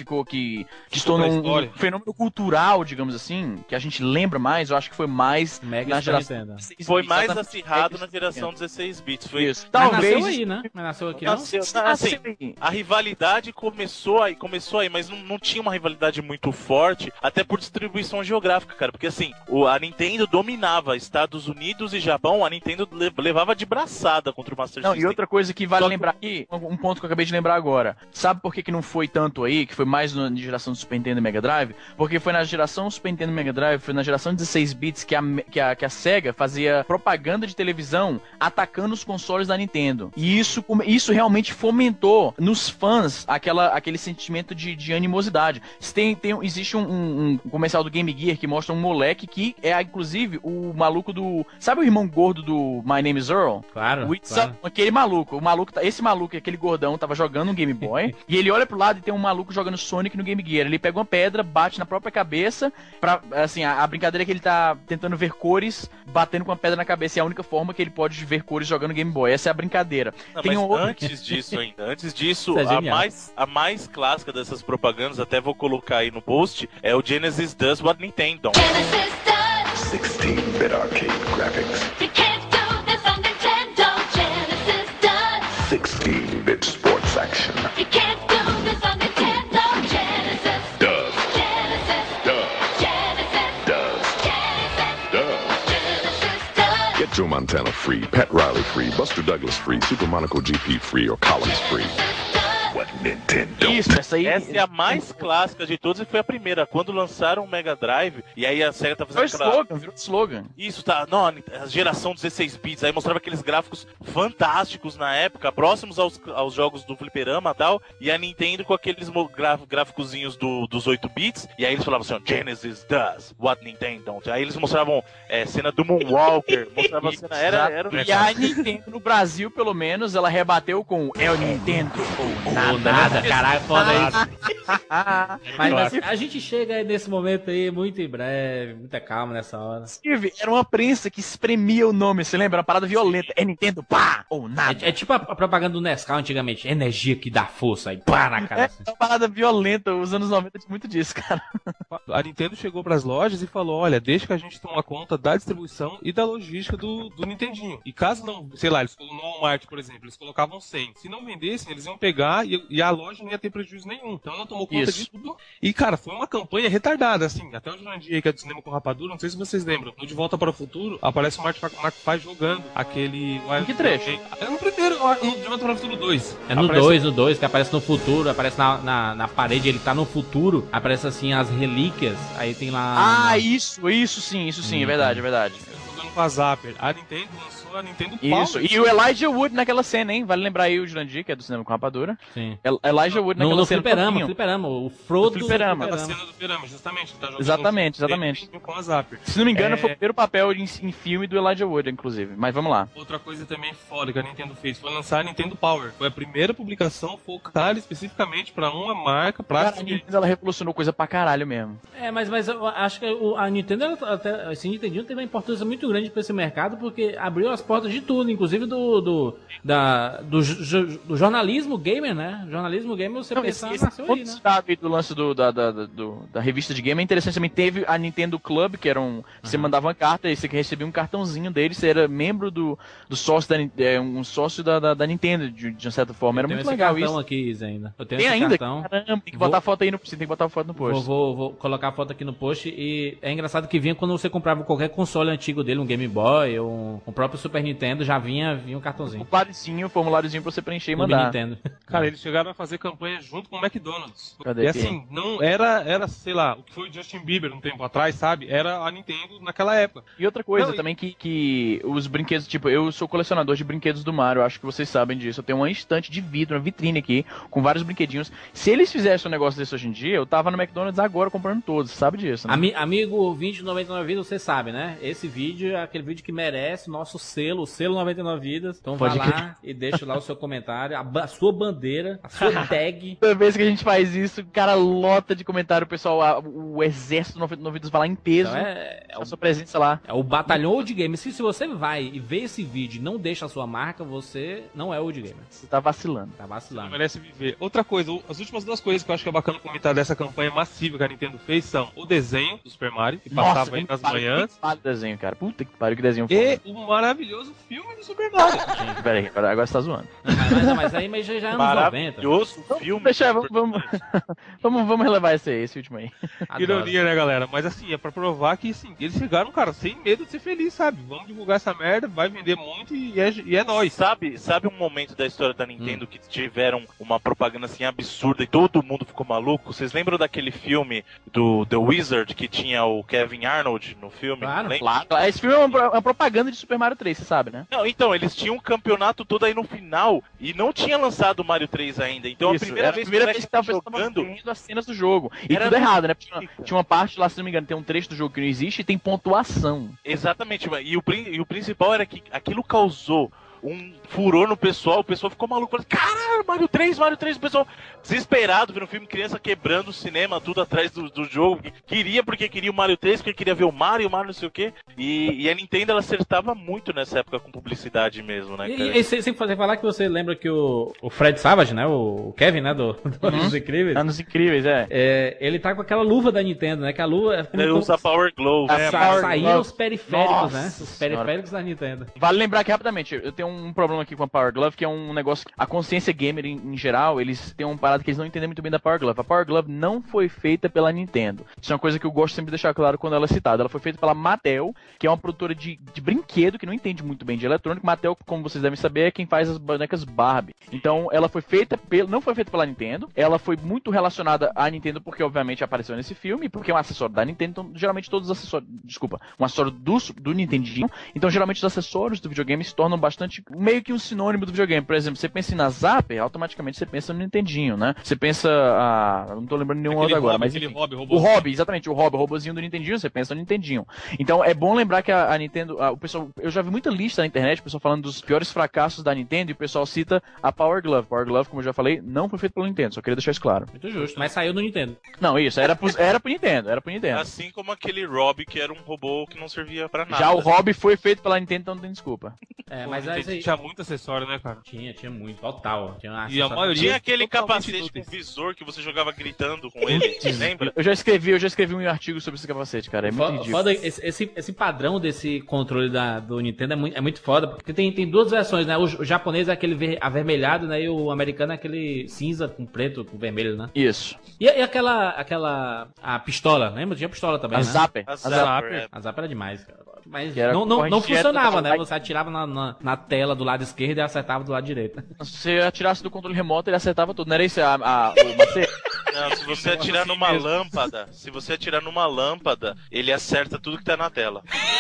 se tornou um fenômeno cultural, digamos assim, que a gente lembra mais, eu acho que foi mais Mega na Super geração Nintendo. 16 Foi bits, mais exatamente. acirrado na geração 16 bits. Foi Isso. Mas Talvez nasceu aí, né? Mas nasceu aqui, não? Nasceu, assim, nasceu aí. a rivalidade começou aí, mas não tinha uma rivalidade muito forte, até por distribuição geográfica, cara. Porque assim, a Nintendo dominava Estados Unidos e Japão, a Nintendo levava de braçada contra o Master Não, System. e outra coisa que vale Só que- lembrar aqui, um ponto que eu acabei de lembrar agora. Sabe por que não foi tanto aí, que foi mais na geração do Super Nintendo e Mega Drive? Porque foi na geração Super Nintendo e Mega Drive, foi na geração 16 bits que a Sega fazia propaganda de televisão atacando os consoles da Nintendo. E isso realmente fomentou nos fãs aquele sentimento de animosidade. Existe um comercial do Game Gear que mostra um moleque que é, inclusive, o maluco do... Sabe o irmão gordo do My Name is Earl? Claro. Aquele maluco. Esse maluco, aquele gordão, tava jogando um Game Boy e ele olha pro lado e tem um maluco jogando Sonic no Game Gear. Ele pega uma pedra, bate na própria cabeça assim, a brincadeira é que ele tá tentando ver cores, batendo com a pedra na cabeça. É a única forma que ele pode ver cores jogando Game Boy. Essa é a brincadeira. Não, Tem mas um outro... antes disso, Isso é genial. a mais clássica dessas propagandas, até vou colocar aí no post, é o Genesis Does What Nintendo. Genesis does. 16-bit arcade graphics. You can't do this on Nintendo. Genesis does. 16-bit sports action. You can't do this on Nintendo. Genesis Does. Genesis Does. Genesis Does. Genesis Does. Genesis does. Get Joe Montana free, Pat Riley free, Buster Douglas free, Super Monaco GP free, or Collins free. What Nintendo? Isso, essa aí... Essa é a mais clássica de todas e foi a primeira. Quando lançaram o Mega Drive, e aí a SEGA tá fazendo virou slogan. Isso, tá. Não, a geração 16 bits, aí mostrava aqueles gráficos fantásticos na época, próximos aos jogos do Fliperama e tal, e a Nintendo com aqueles gráficozinhos dos 8 bits, e aí eles falavam assim, ó, Genesis does what Nintendo. Aí eles mostravam cena do Moonwalker, mostravam a cena, era E a Nintendo no Brasil, pelo menos, ela rebateu com é o Nintendo ou Nada, caralho, foda isso. Mas a gente chega nesse momento aí muito em breve, muita calma nessa hora. Steve, era uma prensa que espremia o nome, você lembra? Uma parada violenta. É Nintendo, pá! Ou nada. É tipo a propaganda do Nescau antigamente, energia que dá força aí, pá na cara. É uma parada violenta, os anos 90 tinha muito disso, cara. A Nintendo chegou pras lojas e falou, olha, deixa que a gente toma conta da distribuição e da logística do Nintendinho. E caso não, sei lá, eles no Walmart, por exemplo, eles colocavam 100. Se não vendessem, eles iam pegar e a loja não ia ter prejuízo nenhum. Então ela tomou conta de tudo. E, cara, foi uma campanha retardada, assim. Até o Jurandir, que é do Cinema com Rapadura, não sei se vocês lembram. No De Volta para o Futuro, aparece o Marty McFly jogando aquele... Que trecho? É no primeiro, no De Volta para o Futuro 2. É no 2, que aparece no futuro, aparece na parede, ele tá no futuro, aparece assim as relíquias, aí tem lá... Isso sim, é verdade, é verdade. Jogando com a Zapper. A Nintendo lançou a Nintendo Isso, Power. e o Elijah Wood naquela cena, hein? Vale lembrar aí o Jurandir, que é do Cinema com Rapadura. Sim. Elijah Wood naquela No cena. fliperama, o Frodo No fliperama. Aquela cena do fliperama, justamente. Tá jogando Exatamente. com a Zapper. Se não me engano, foi o primeiro papel em filme do Elijah Wood, inclusive. Mas vamos lá. Outra coisa também foda que a Nintendo fez foi lançar a Nintendo Power. Foi a primeira publicação focada especificamente pra uma marca, Cara, a Nintendo, ela revolucionou coisa pra caralho mesmo. Mas eu acho que a Nintendo, esse Nintendinho teve uma importância muito grande pra esse mercado, porque abriu as portas de tudo, inclusive do jornalismo gamer, né? O jornalismo gamer, você pensar, nasceu aí, né? Esse do lance da revista de game é interessante também. Teve a Nintendo Club, que era você mandava uma carta e você recebia um cartãozinho dele, você era membro do sócio um sócio da Nintendo, de uma certa forma. Era muito legal isso. Aqui, Zé, ainda. Eu tenho tem esse ainda? Cartão. Caramba, tem que botar a foto aí você tem que botar a foto no post. Vou colocar a foto aqui no post, e é engraçado que vinha quando você comprava qualquer console antigo dele, um Game Boy ou o próprio Super Nintendo, já vinha um cartãozinho. Um formuláriozinho pra você preencher e mandar. Nintendo. Cara, eles chegaram a fazer campanha junto com o McDonald's. Cadê e aqui? assim, não era, sei lá, o que foi o Justin Bieber um tempo atrás, sabe? Era a Nintendo naquela época. E outra coisa também que os brinquedos, tipo, eu sou colecionador de brinquedos do Mario, acho que vocês sabem disso. Eu tenho uma estante de vidro, uma vitrine aqui, com vários brinquedinhos. Se eles fizessem um negócio desse hoje em dia, eu tava no McDonald's agora comprando todos, sabe disso, né? Amigo 2099 vida, você sabe, né? Esse vídeo aquele vídeo que merece o nosso selo, o selo 99 vidas. Então vai lá e deixa lá o seu comentário, a sua bandeira, a sua tag. Toda vez que a gente faz isso, o cara lota de comentário, o pessoal, o exército 99 vidas vai lá em peso. Então a sua presença lá. É o batalhão Old Gamer. Se você vai e vê esse vídeo e não deixa a sua marca, você não é Old Gamer. Você tá vacilando. Tá vacilando. Merece viver. Outra coisa, as últimas duas coisas que eu acho que é bacana comentar dessa campanha massiva que a Nintendo fez são o desenho do Super Mario, que passava aí nas manhãs. Que desenho, cara. Puta que pariu, que desenho E foda. o maravilhoso filme do Super Mario. Peraí, agora você tá zoando. Mas já é anos 90. Maravilhoso filme. Deixa, vamos relevar esse último aí. Que ironia, né, galera? Mas assim, é pra provar que sim, eles chegaram, cara, sem medo de ser feliz, sabe? Vamos divulgar essa merda, vai vender muito e é nóis. Sabe um momento da história da Nintendo que tiveram uma propaganda assim absurda e todo mundo ficou maluco? Vocês lembram daquele filme do The Wizard que tinha o Kevin Arnold no filme? Claro. Esse filme é uma propaganda de Super Mario 3, você sabe, né? Não, então, eles tinham um campeonato todo aí no final e não tinha lançado o Mario 3 ainda. Então Isso, a primeira vez que tava jogando vendo as cenas do jogo. E era tudo errado, né? Tinha uma parte lá, se não me engano, tem um trecho do jogo que não existe e tem pontuação. Exatamente, e o principal era que aquilo causou um furor no pessoal, o pessoal ficou maluco, falando, caralho, Mario 3, o pessoal desesperado vendo o filme, criança quebrando o cinema, tudo atrás do jogo, porque queria o Mario 3, porque queria ver o Mario não sei o que, e a Nintendo, ela acertava muito nessa época com publicidade mesmo, né, cara? E sem falar que você lembra que o Fred Savage, né, o Kevin, né, do Anos Incríveis. Anos Incríveis, ele tá com aquela luva da Nintendo, né, que a luva... Ele usa Power Glove. Saíram os periféricos, Nossa, né, os periféricos da Nintendo. Vale lembrar que, rapidamente, eu tenho um problema aqui com a Power Glove, que é um negócio... A consciência gamer, em geral, eles têm uma parada que eles não entendem muito bem da Power Glove. A Power Glove não foi feita pela Nintendo. Isso é uma coisa que eu gosto sempre de deixar claro quando ela é citada. Ela foi feita pela Mattel, que é uma produtora de brinquedo, que não entende muito bem de eletrônico. Mattel, como vocês devem saber, é quem faz as bonecas Barbie. Então, ela foi feita não foi feita pela Nintendo. Ela foi muito relacionada à Nintendo, porque, obviamente, apareceu nesse filme, porque é um acessório da Nintendo. Então, geralmente, todos os acessórios... Desculpa. Um acessório do Nintendinho. Então, geralmente, os acessórios do videogame se tornam bastante... meio que um sinônimo do videogame. Por exemplo, você pensa em Zapper, automaticamente você pensa no Nintendinho, né? Você pensa... não tô lembrando nenhum outro agora, mas enfim. O Hobby, exatamente. O robozinho do Nintendinho, você pensa no Nintendinho. Então, é bom lembrar que a Nintendo... o pessoal, eu já vi muita lista na internet, o pessoal falando dos piores fracassos da Nintendo, e o pessoal cita a Power Glove. Power Glove, como eu já falei, não foi feito pela Nintendo, só queria deixar isso claro. Muito justo, mas saiu no Nintendo. Não, isso, era pro Nintendo, Assim como aquele Rob, que era um robô que não servia pra nada. Já o Hobby foi feito pela Nintendo, então não tem desculpa. Mas aí... Tinha muito acessório, né, cara? Tinha muito, total. E a maioria... Tinha aquele capacete com visor que você jogava gritando com ele, lembra? Eu já escrevi um artigo sobre esse capacete, cara, é muito ridículo. Foda, esse padrão desse controle do Nintendo é muito foda, porque tem duas versões, né? O japonês é aquele avermelhado, né? E o americano é aquele cinza com preto, com vermelho, né? Isso. E aquela... A pistola, lembra? Tinha pistola também, A né? Zapper. A Zapper. A Zapper era demais, cara. Mas corrente não funcionava, direta, né? Você atirava na tela do lado esquerdo e acertava do lado direito. Se você atirasse do controle remoto, ele acertava tudo. Não era isso o macete? Não, se você atirar numa lâmpada, ele acerta tudo que tá na tela.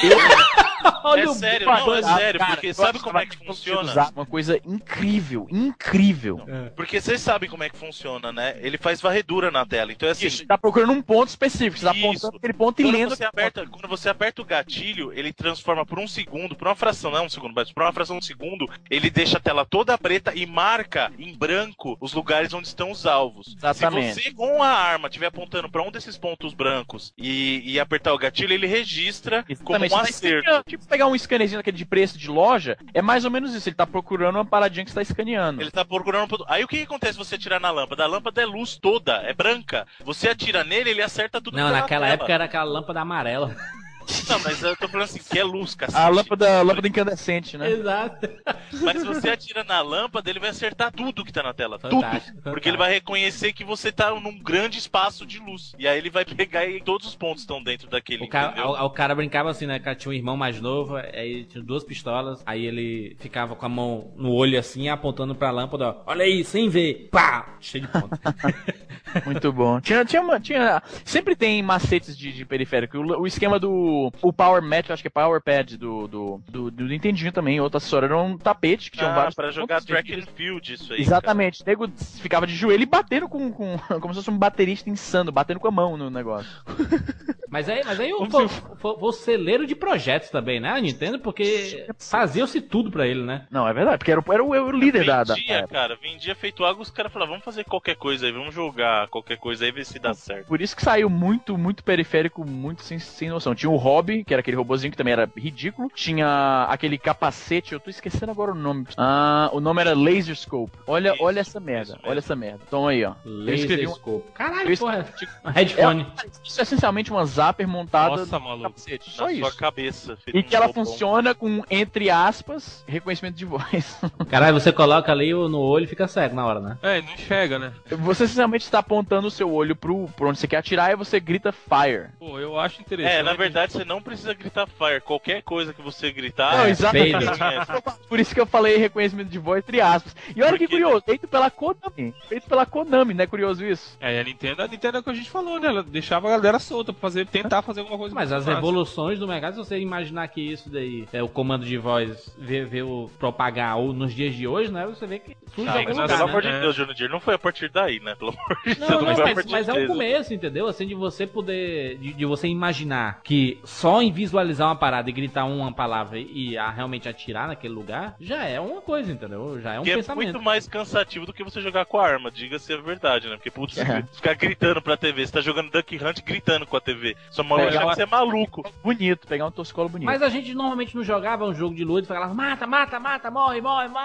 É sério, porque sabe como é que funciona? Uma coisa incrível. Porque vocês sabem como é que funciona, né? Ele faz varredura na tela, então é assim... Isso, tá procurando um ponto específico, você tá apontando aquele ponto e lendo... Quando você aperta o gatilho, ele transforma por um segundo, por uma fração, não é um segundo, mas por uma fração de um segundo, ele deixa a tela toda preta e marca em branco os lugares onde estão os alvos. Exatamente. Se você com a arma estiver apontando pra um desses pontos brancos e apertar o gatilho, ele registra como um acerto. Tipo pegar um scannerzinho daquele de preço de loja, é mais ou menos isso, ele tá procurando uma paradinha que você tá escaneando. Ele tá procurando... Aí o que acontece se você atirar na lâmpada? A lâmpada é luz toda, é branca. Você atira nele, ele acerta tudo. Não, naquela época era aquela lâmpada amarela. Não, mas eu tô falando assim, que é luz, cacete. A lâmpada incandescente, né? Exato. Mas se você atira na lâmpada, ele vai acertar tudo que tá na tela. Fantástico, Tudo. Porque ele vai reconhecer que você tá num grande espaço de luz. E aí ele vai pegar e todos os pontos estão dentro daquele, o cara brincava assim, né? Tinha um irmão mais novo, aí tinha duas pistolas, aí ele ficava com a mão no olho assim, apontando pra lâmpada, ó. Olha aí, sem ver. Pá! Cheio de pontos. Muito bom. Sempre tem macetes de periférico. O esquema do O Power Mat, eu acho que é Power Pad do Nintendinho também. Outro acessório era um tapete que tinha vários. Pra jogar track and field, isso aí. Exatamente. O nego ficava de joelho e batendo como se fosse um baterista insano, batendo com a mão no negócio. Mas aí foi celeiro de projetos também, né, a Nintendo? Porque fazia-se tudo pra ele, né? Não, é verdade, porque era o líder da... Vendia feito água, os caras falavam, vamos fazer qualquer coisa aí, vamos jogar qualquer coisa aí, ver se dá certo. Por isso que saiu muito periférico, muito sem noção. Tinha o Hobby, que era aquele robozinho que também era ridículo. Tinha aquele capacete, eu tô esquecendo agora o nome. O nome era Laser Scope. Olha essa merda, olha essa merda. Então aí, ó. Laser Scope. Caralho, porra. Um headphone. Isso é essencialmente uma zapper montada no capacete. Na Só isso. sua cabeça. E que ela funciona com, entre aspas, reconhecimento de voz. Caralho, você coloca ali no olho e fica cego na hora, né? Não enxerga, né? Você essencialmente está apontando o seu olho pro onde você quer atirar e você grita Fire. Pô, eu acho interessante. Na verdade, você não precisa gritar Fire. Qualquer coisa que você gritar... Não, exatamente. Peido. Por isso que eu falei reconhecimento de voz, entre aspas. E olha que curioso, feito pela Konami, não é curioso isso? A Nintendo é o que a gente falou, né? Ela deixava a galera solta pra tentar fazer alguma coisa. Mas as evoluções do mercado, se você imaginar que isso daí é o comando de voz veio propagar ou nos dias de hoje, né? Você vê que surge algum Mas lugar, pelo né? amor de Deus, Júnior Dir, não foi a partir daí, né? Pelo amor de Deus. Não, foi a partir mas é um disso. começo, entendeu? Assim, de você poder, de você imaginar que só em visualizar uma parada e gritar uma palavra e realmente atirar naquele lugar, já é uma coisa, entendeu? Já é um Que pensamento. é muito mais cansativo do que você jogar com a arma, diga-se a verdade, né? Porque, putz, ficar gritando pra TV, você tá jogando Duck Hunt gritando com a TV. Sua mão vai achar que você é maluco. Bonito, pegar um toscolo bonito. Mas a gente normalmente não jogava um jogo de luta e falava mata, morre,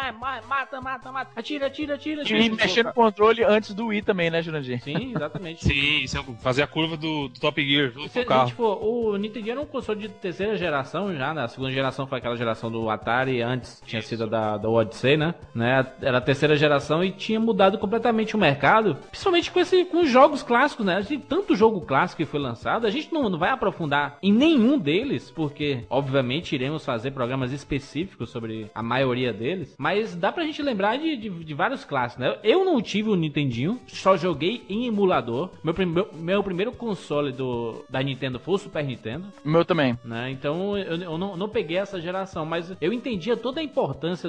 mata, atira. E mexer no controle antes do Wii também, né, Jurandir? Sim, exatamente. Sim, fazer a curva do Top Gear junto com Se o a carro. gente for, o Nintendo era um console de terceira geração já, né? A segunda geração foi aquela geração do Atari, antes tinha sido da Odyssey, né? Era a terceira geração e tinha mudado completamente o mercado, principalmente com os jogos clássicos, né? A gente tem tanto jogo clássico que foi lançado, a gente não vai aprofundar em nenhum deles, porque, obviamente, iremos fazer programas específicos sobre a maioria deles, mas dá pra gente lembrar de vários clássicos, né? Eu não tive o Nintendinho, só joguei em emulador. Meu primeiro console da Nintendo foi o Super Nintendo. O meu também. Né? Então eu não peguei essa geração, mas eu entendia toda a importância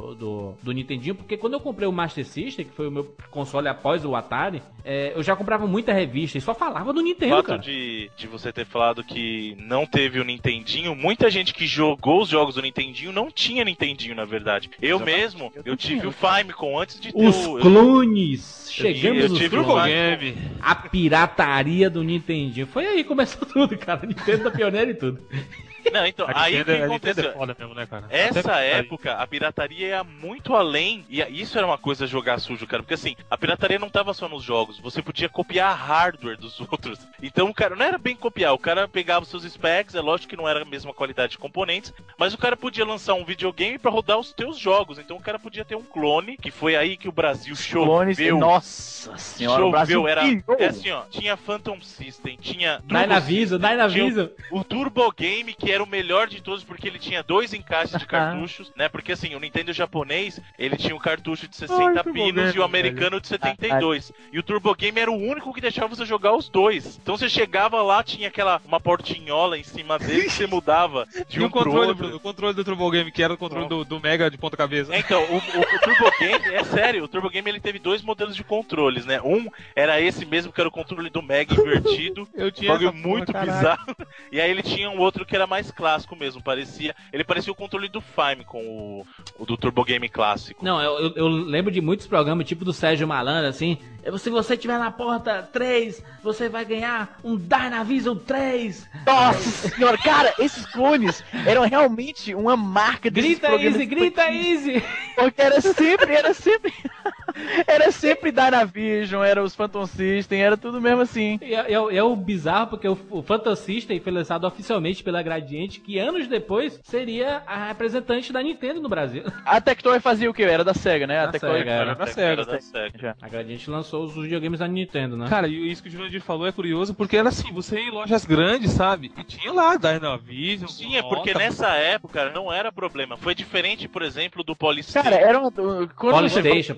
do Nintendinho, porque quando eu comprei o Master System, que foi o meu console após o Atari, eu já comprava muita revista e só falava do Nintendo, O fato cara. de você ter falado que não teve o Nintendinho, muita gente que jogou os jogos do Nintendinho não tinha Nintendinho, na verdade. Eu mesmo, eu tive o Famicom antes de ter Os clones! Chegamos eu nos tive o clones. Game. A pirataria do Nintendinho. Foi aí que começou tudo, cara. Nintendo da pioneira e tudo. Não, então, aí o que A Nintendo aconteceu? é foda mesmo, né, cara? Essa Até- época, a pirataria ia muito além, e isso era uma coisa jogar sujo, cara, porque assim, a pirataria não tava só nos jogos, você podia copiar hardware dos outros. Então, cara, não era bem copiar, o cara pegava os seus specs, é lógico que não era a mesma qualidade de componentes, mas o cara podia lançar um videogame pra rodar os teus jogos, então o cara podia ter um clone, que foi aí que o Brasil Clones, choveu. nossa senhora, o Brasil Choveu, pilhou. é assim, ó, tinha Phantom System, tinha Dynavision. tinha o Turbo Game, que era o melhor de todos, porque ele tinha 2 encaixes de cartuchos, né? Porque assim, o Nintendo japonês, ele tinha um cartucho de 60 Turbo pinos Game, e o americano de 72. E o Turbo Game era o único que deixava você jogar os dois. Então você chegava lá, tinha uma portinhola em cima dele que você mudava de E um o pro controle, outro. Bruno, o controle do Turbo Game, que era o controle do Mega de ponta cabeça. Então, o Turbo Game, é sério, o Turbo Game ele teve 2 modelos de controles, né? Um era esse mesmo, que era o controle do Mega invertido. Eu tinha Bagulho essa porra, muito caralho. bizarro. E aí ele tinha um outro que era mais clássico mesmo, ele parecia o controle do Famicom, o do Turbo Game clássico. Não, eu lembro de muitos programas, tipo do Sérgio Malandro, assim. Se você tiver na porta 3, você vai ganhar um Dynavision 3. Nossa senhora, cara, esses clones eram realmente uma marca desses Grita programas easy, grita easy. Porque era sempre Dynavision, era os Phantom System, era tudo mesmo assim. E é o bizarro, porque o Phantom System foi lançado oficialmente pela Gradiente, que anos depois seria a representante da Nintendo no Brasil. A Tectoy fazia o quê? Era da SEGA, né? A Da Tectoy Sega, Era da Sega. da Sega. A Gradiente lançou os videogames da Nintendo, né? Cara, e isso que o Jurandir falou é curioso, porque era assim, você ia em lojas grandes, sabe? E tinha lá Dynavision. Sim, é porque nessa época não era problema. Foi diferente, por exemplo, do Polystation. Cara, era uma... Polystation também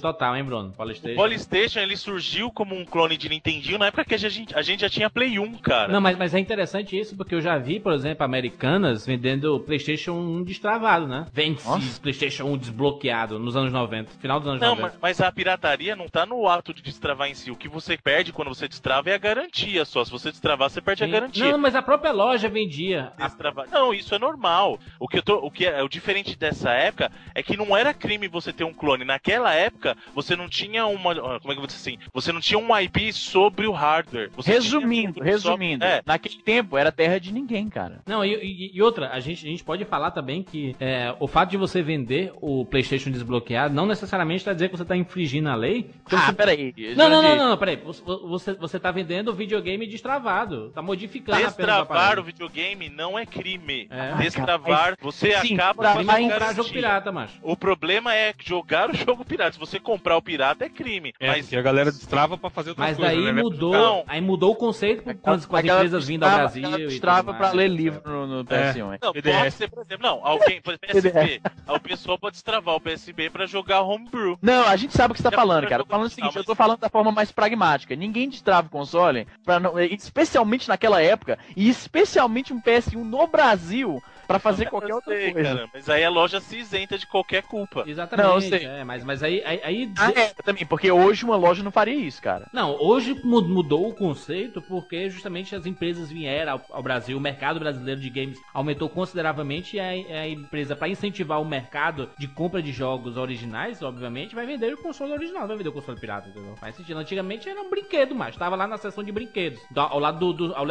total, hein, Bruno? O PlayStation. PlayStation, ele surgiu como um clone de Nintendinho na época que a gente já tinha Play 1, cara. Não, mas é interessante isso, porque eu já vi, por exemplo, Americanas vendendo PlayStation 1 destravado, né? Vende-se PlayStation 1 desbloqueado nos anos 90, final dos anos Não, 90. mas a pirataria não tá no ato de destravar em si. O que você perde quando você destrava é a garantia só. Se você destravar, você perde a garantia. Não, mas a própria loja vendia. Destravar. Não, isso é normal. O que é o diferente dessa época é que não era crime você ter um clone. Naquela época, você não tinha uma. Como é que eu vou dizer assim? Você não tinha um IP sobre o hardware. Você Resumindo, É. naquele tempo era terra de ninguém, cara. Não, e outra, a gente pode falar também que o fato de você vender o PlayStation desbloqueado não necessariamente está dizendo que você está infringindo a lei. Peraí. Não, peraí. Você tá vendendo o videogame destravado. Tá modificando apenas o Destravar aparelho. o videogame não é crime. É. Destravar, você sim, acaba pra com a Vai sua comprar jogo garantia. pirata, macho. O problema é jogar o jogo pirata. Se você comprar o pirata, é crime. Mas Porque a galera destrava pra fazer outras Mas coisas, daí né? mudou. Não. Aí mudou o conceito com as empresas vindo ao Brasil. e Destrava tudo pra mais. ler livro no PS1. não, PDF. pode ser, por exemplo, não, alguém, por exemplo, PSP, o pessoal pode destravar o PSP pra jogar homebrew. Não, a gente sabe o que você tá Já falando, foi cara. jogo Falando o digital, seguinte, eu mas- tô falando da forma mais pragmática. Ninguém destrava o console, especialmente naquela época, e especialmente um PS1 no Brasil, pra fazer qualquer Eu outra sei, coisa. cara, mas aí a loja se isenta de qualquer culpa. Exatamente. Não, eu sei. Mas aí Também, porque hoje uma loja não faria isso, cara. Não, hoje mudou o conceito porque justamente as empresas vieram ao Brasil, o mercado brasileiro de games aumentou consideravelmente e a empresa, para incentivar o mercado de compra de jogos originais, obviamente, vai vender o console original, vai vender o console pirata, entendeu? Faz sentido. Antigamente era um brinquedo, mas tava lá na seção de brinquedos. Ao lado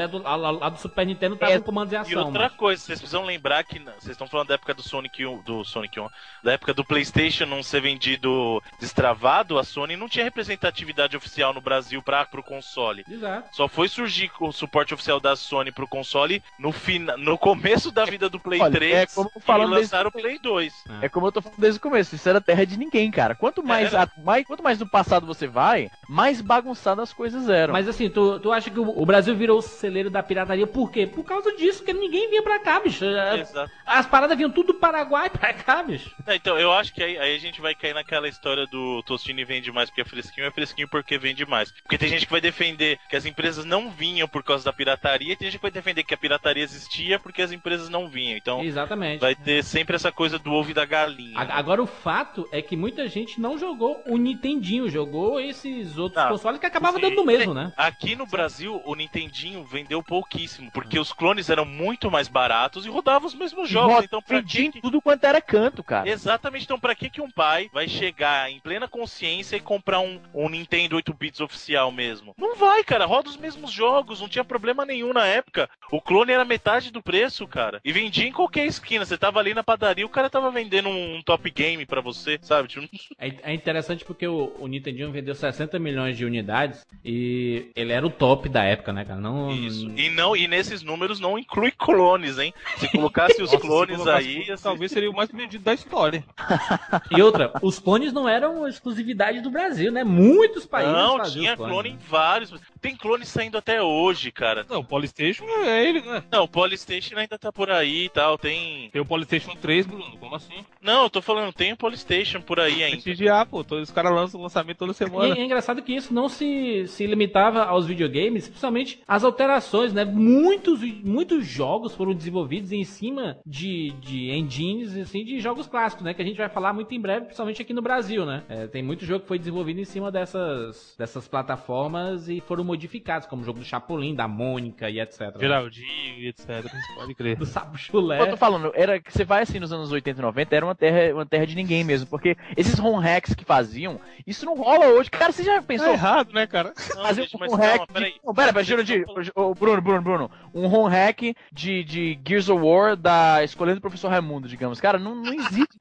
do Super Nintendo tava o comandos em E ação. outra coisa, vocês precisam lembrar que vocês estão falando da época do Sonic 1, da época do PlayStation não ser vendido destravado, a Sony não tinha representatividade oficial no Brasil pro console. Exato. Só foi surgir o suporte oficial da Sony pro console no começo da vida do Play Olha, 3 é como e falando lançaram o Play 2. É como eu tô falando desde o começo, isso era terra de ninguém, cara. Quanto mais no passado você vai, mais bagunçadas as coisas eram. Mas assim, tu acha que o Brasil virou o celeiro da pirataria por quê? Por causa disso, que ninguém vinha pra cá, bicho. Exato. As paradas vinham tudo do Paraguai pra cá, bicho. Então, eu acho que aí a gente vai cair naquela história do Tostini vende mais porque é fresquinho porque vende mais. Porque tem gente que vai defender que as empresas não vinham por causa da pirataria, e tem gente que vai defender que a pirataria existia porque as empresas não vinham. Então, Exatamente. vai ter sempre essa coisa do ovo e da galinha. Agora o fato é que muita gente não jogou o Nintendinho, jogou esses outros consoles que acabavam dando no mesmo, né? Aqui no Brasil, o Nintendinho vendeu pouquíssimo, porque os clones eram muito mais baratos e rodavam os mesmos jogos. Então, pra Vendi em que... tudo quanto era canto, cara. Exatamente, então pra que um pai vai chegar em plena consciência e comprar um Nintendo 8 bits oficial mesmo? Não vai, cara, roda os mesmos jogos, não tinha problema nenhum na época. O clone era metade do preço, cara, e vendia em qualquer esquina. Você tava ali na padaria, o cara tava vendendo um top game pra você, sabe? Tipo... É interessante porque o Nintendinho vendeu 60 milhões de unidades e ele era o top da época, né, cara? Não... Isso. E nesses números não inclui clones, hein? Se colocasse os clones aí... assim, Talvez seria o mais vendido da história. E outra, os clones não eram exclusividade do Brasil, né? Muitos países Não, faziam tinha os clones, clone né? em vários. Tem clone saindo até hoje, cara. Não, o Polystation é ele, né? Não, o Polystation ainda tá por aí e tal. Tem Tem o Polystation 3, Bruno, como assim? Não, eu tô falando, tem o Polystation por aí ainda. Prestigiar, pô. Todos os caras lançam lançamento toda E semana. é engraçado que isso não se limitava aos videogames, principalmente as alterações, né? Muitos jogos foram desenvolvidos em cima de engines, assim, de jogos clássicos, né? Que a gente vai falar muito em breve, principalmente aqui no Brasil, né? Tem muito jogo que foi desenvolvido em cima dessas plataformas e foram modificados, como o jogo do Chapolin, da Mônica e etc. né? Geraldinho e etc. Pode crer. Do Sapo Chulé. Eu tô falando, era que você vai assim nos anos 80 e 90, era uma terra de ninguém mesmo, porque esses home hacks que faziam, isso não rola hoje. Cara, você já pensou Tá errado, né, cara? Não, fazer gente, um mas home calma, hack peraí. Não, pera, Jurandir, Bruno, um home hack de Gears of War da Escolhendo o Professor Raimundo, digamos. Cara, não existe.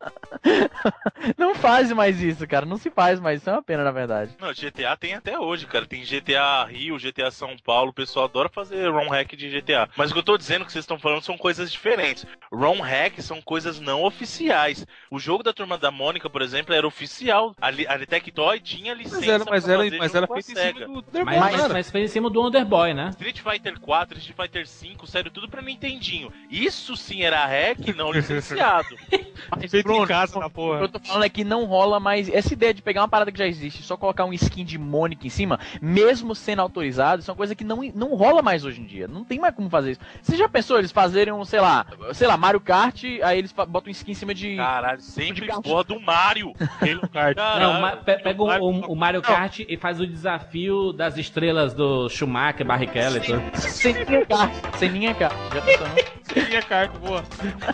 Não faz mais isso, cara, não se faz mais, isso é uma pena, na verdade. Não, GTA tem até hoje, cara. Tem GTA Rio, GTA São Paulo, o pessoal adora fazer ROM hack de GTA. Mas o que eu tô dizendo que vocês estão falando são coisas diferentes. ROM hack são coisas não oficiais. O jogo da Turma da Mônica, por exemplo, era oficial. A Tectoy tinha licença Mas pra era fazer feito junto com a em cima SEGA. do Underboy, cara. Mas foi em cima do Underboy, né? Street Fighter 4, Street Fighter 5, sério, tudo pra Nintendinho. Isso sim era hack, não licenciado. Mas, Feito Bruno, em casa, na o que porra. eu tô falando é que não rola mais essa ideia de pegar uma parada que já existe e só colocar um skin de Mônica em cima, mesmo sendo autorizado, isso é uma coisa que não rola mais hoje em dia. Não tem mais como fazer isso. Você já pensou eles fazerem um, sei lá, Mario Kart, aí eles botam um skin em cima de... Caralho, sempre de carro. porra do Mario. Halo Kart. Não, pega o Mario Kart e faz o desafio das estrelas do Schumacher, Barrichello. Sem linha kart. Sem linha kart. Já pensou, não? Seria carta, boa.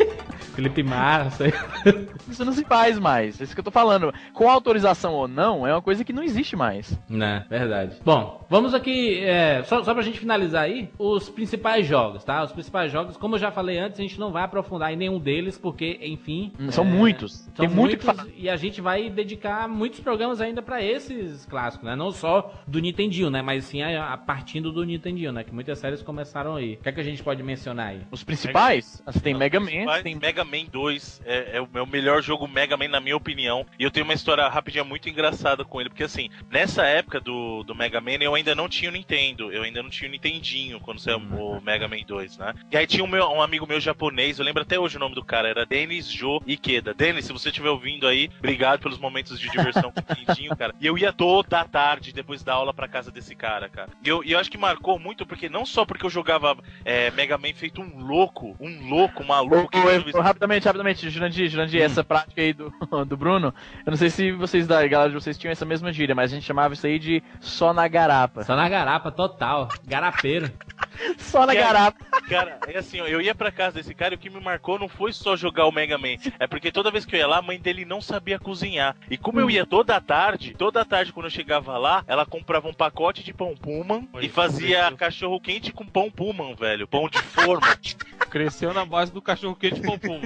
Felipe Massa. Isso não se faz mais. É isso que eu tô falando. Com autorização ou não, é uma coisa que não existe mais. Né, verdade. Bom, vamos aqui, só pra gente finalizar aí, os principais jogos, tá? Os principais jogos, como eu já falei antes, a gente não vai aprofundar em nenhum deles, porque, enfim... São muitos. São Tem muito que falar. e a gente vai dedicar muitos programas ainda pra esses clássicos, né? Não só do Nintendinho, né? Mas sim a partindo do Nintendinho, né? Que muitas séries começaram aí. O que é que a gente pode mencionar aí? Os principais? Você tem Mega Man, tem... Mega Man 2 é o meu melhor jogo Mega Man, na minha opinião. E eu tenho uma história rapidinha muito engraçada com ele. Porque assim, nessa época do Mega Man, eu ainda não tinha o Nintendo. Eu ainda não tinha o Nintendinho quando saiu o Mega Man 2, né? E aí tinha um amigo meu japonês, eu lembro até hoje o nome do cara, era Denis Jo Ikeda. Denis, se você estiver ouvindo aí, obrigado pelos momentos de diversão com o Nintendinho, cara. E eu ia toda a tarde, depois da aula, pra casa desse cara, cara. E eu acho que marcou muito, porque não só porque eu jogava Mega Man feito um louco, maluco. Rapidamente, Jurandir, essa prática aí do Bruno, eu não sei se vocês da galera de vocês tinham essa mesma gíria, mas a gente chamava isso aí de só na garapa. Só na garapa, total. Garapeiro. Só na garapa. Cara, é assim, eu ia pra casa desse cara e o que me marcou não foi só jogar o Mega Man, é porque toda vez que eu ia lá, a mãe dele não sabia cozinhar. E como eu ia toda tarde quando eu chegava lá, ela comprava um pacote de pão Pullman e fazia cachorro quente com pão Pullman, velho, pão de forma. Cresceu na base do cachorro quente Pompom.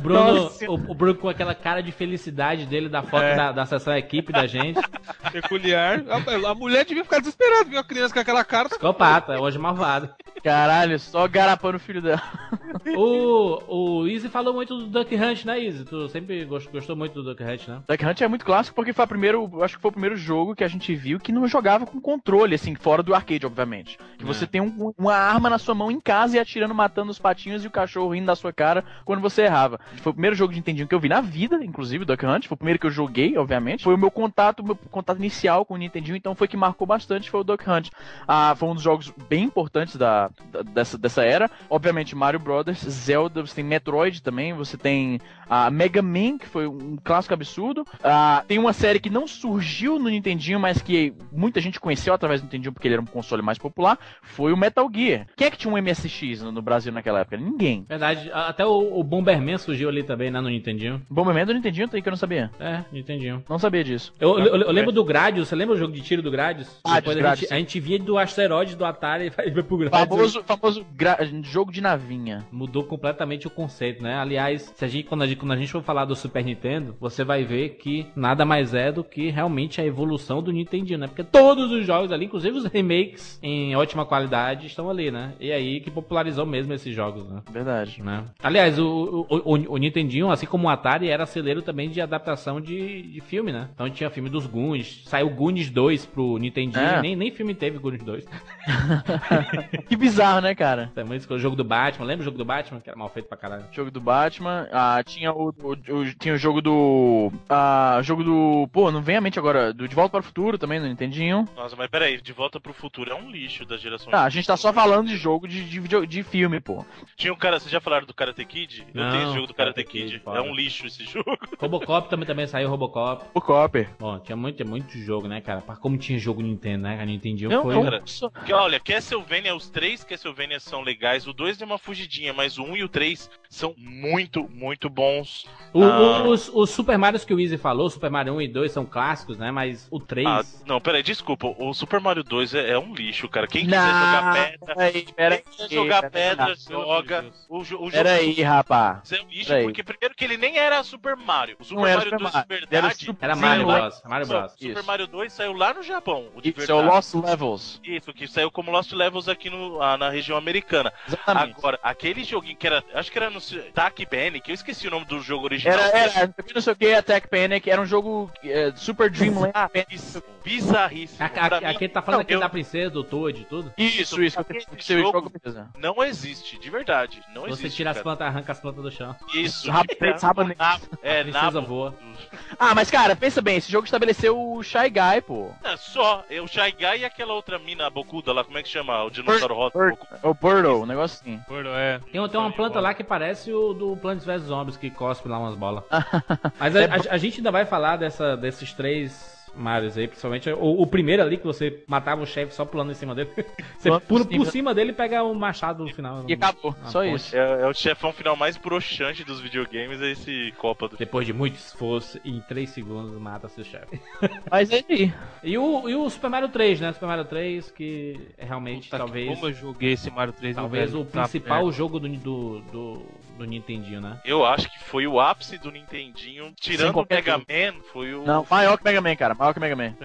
O Bruno com aquela cara de felicidade dele da foto da sessão equipe da gente. Peculiar. A mulher devia ficar desesperada, viu a criança com aquela cara. Psicopata, hoje malvado. Caralho, só garapando o filho dela. O Easy falou muito do Duck Hunt, né, Easy? Tu sempre gostou muito do Duck Hunt, né? Duck Hunt é muito clássico porque foi acho que foi o primeiro jogo que a gente viu que não jogava com controle, assim, fora do arcade, obviamente. Que você tem uma arma na sua mão em casa e atirando, matando os patinhos e o cachorro rindo da sua cara quando você errava. Foi o primeiro jogo de Nintendinho que eu vi na vida, inclusive, Duck Hunt. Foi o primeiro que eu joguei, obviamente. Foi o meu contato inicial com o Nintendinho, então foi que marcou bastante, foi o Duck Hunt. Foi um dos jogos bem importantes dessa era. Obviamente, Mario Brothers, Zelda, você tem Metroid também, você tem Mega Man, que foi um clássico absurdo. Tem uma série que não surgiu no Nintendinho, mas que muita gente conheceu através do Nintendinho porque ele era um console mais popular, foi o Metal Gear. Quem é que tinha um MSX no Brasil naquela época? Ninguém. Verdade, até o Bomberman surgiu ali também, né, no Nintendinho. Bomberman do Nintendinho tem que eu não sabia. Nintendinho. Não sabia disso. Eu lembro do Gradius, você lembra o jogo de tiro do Gradius? Depois Gradius. A gente via do asteroide do Atari e vai pro Gradius. Famoso jogo de navinha. Mudou completamente o conceito, né? Aliás, quando a gente for falar do Super Nintendo, você vai ver que nada mais é do que realmente a evolução do Nintendinho, né? Porque todos os jogos ali, inclusive os remakes em ótima qualidade, estão ali, né? E aí que popularizou mesmo esses jogos, né? Verdade. Né? Aliás, o Nintendinho, assim como o Atari, era celeiro também de adaptação de filme, né? Então tinha filme dos Goonies, saiu Goonies 2 pro Nintendinho, nem filme teve Goonies 2. Que bizarro, né, cara? Também o jogo do Batman, lembra o jogo do Batman? Que era mal feito pra caralho. Jogo do Batman, tinha o jogo do... Pô, não vem à mente agora, do De Volta para o Futuro também, no Nintendinho. Nossa, mas peraí, De Volta pro Futuro é um lixo da geração. A gente tá só falando de jogo de filme, pô. Tinha um cara, vocês já falaram do Karate Kid? Não, eu tenho esse jogo do Karate Kid. foda. É um lixo esse jogo. Robocop também saiu, Robocop. O Copper. Bom, tinha muito jogo, né, cara? Como tinha jogo Nintendo, né? A Nintendinho Não, foi... não. Cara, olha, Castlevania, os três três Castlevania são legais. O 2 deu uma fugidinha, mas o 1 e o 3 são muito, muito bons. Os Super Marios que o Easy falou, Super Mario 1 e 2 são clássicos, né? Mas o 3... Não, peraí, desculpa. O Super Mario 2 é um lixo, cara. Quem quiser jogar pedra... Quem quiser jogar pedra, joga. O jogo... Peraí, rapaz. É um lixo, porque primeiro que ele nem era Super Mario. O Super Não era Mario 2 de verdade... Era Mario Bros. Mario Bros. O Super Mario 2 saiu lá no Japão, o de Isso, é verdade. o Lost Levels. Isso, que saiu como Lost Levels aqui na região americana. Exatamente. Agora, aquele joguinho que era... Acho que era no Tack Panic, eu esqueci o nome do jogo original. Era não sei o que, Attack Panic, era um jogo Super Dreamland. Bizarríssimo. Aqui ele tá falando aquele da princesa, do Toad e tudo? Isso, que você joga mesmo. Não existe, de verdade. Não existe. Você tira as cara. plantas, arranca as plantas do chão. Isso. A princesa voa. Ah, mas cara, pensa bem, esse jogo estabeleceu o Shy Guy, pô. É só, o Shy Guy e aquela outra mina bocuda lá, como é que chama? O dinossauro rosa. O Birdo, um negócio assim. Tem uma planta lá que parece o do Plants vs Zombies, que cospe lá umas bolas. Mas a gente ainda vai falar desses três Marios aí, principalmente o primeiro ali, que você matava o chefe só pulando em cima dele. Você pula por cima dele e pega o machado no final. E acabou, só ponte. isso. É o chefão final mais broxante dos videogames, é esse Copa do... Depois de muito esforço, em 3 segundos mata seu chefe. Mas é aí. E o Super Mario 3, né? Super Mario 3, que é realmente, talvez... Como eu joguei esse Mario 3, talvez o principal jogo do Nintendinho, né? Eu acho que foi o ápice do Nintendinho, tirando o Mega Man, foi o... Não, maior que Mega Man, cara, maior que Mega Man.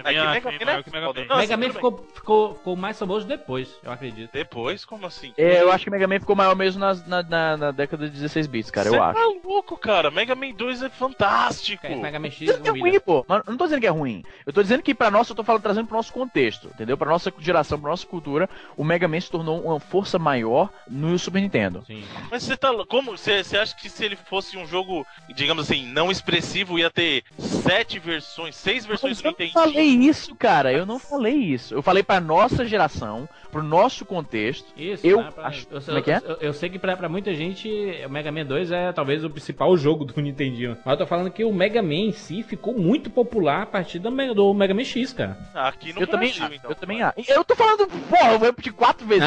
Mega Man ficou mais famoso depois, eu acredito. Depois? Como assim? Eu acho que Mega Man ficou maior mesmo na década de 16 bits, cara, eu acho. Você tá louco, cara. Mega Man 2 é fantástico. Mega Man X Isso é ruim, pô. Mas eu não tô dizendo que é ruim. Eu tô dizendo que pra nós, eu tô trazendo pro nosso contexto, entendeu? Pra nossa geração, pra nossa cultura, o Mega Man se tornou uma força maior no Super Nintendo. Sim. Mas você tá... Como? Você acha que se ele fosse um jogo, digamos assim, não expressivo, ia ter 6 versões do Nintendo? Eu não falei isso, cara. Eu não falei isso. Eu falei pra nossa geração, pro nosso contexto. Isso, eu né? acho... Como é que é? Eu sei que pra muita gente o Mega Man 2 é talvez o principal jogo do Nintendinho. Mas eu tô falando que o Mega Man em si ficou muito popular a partir do Mega Man X, cara. Aqui no Eu Brasil, também, então. eu também acho. Eu tô falando, porra, eu vou repetir 4 vezes.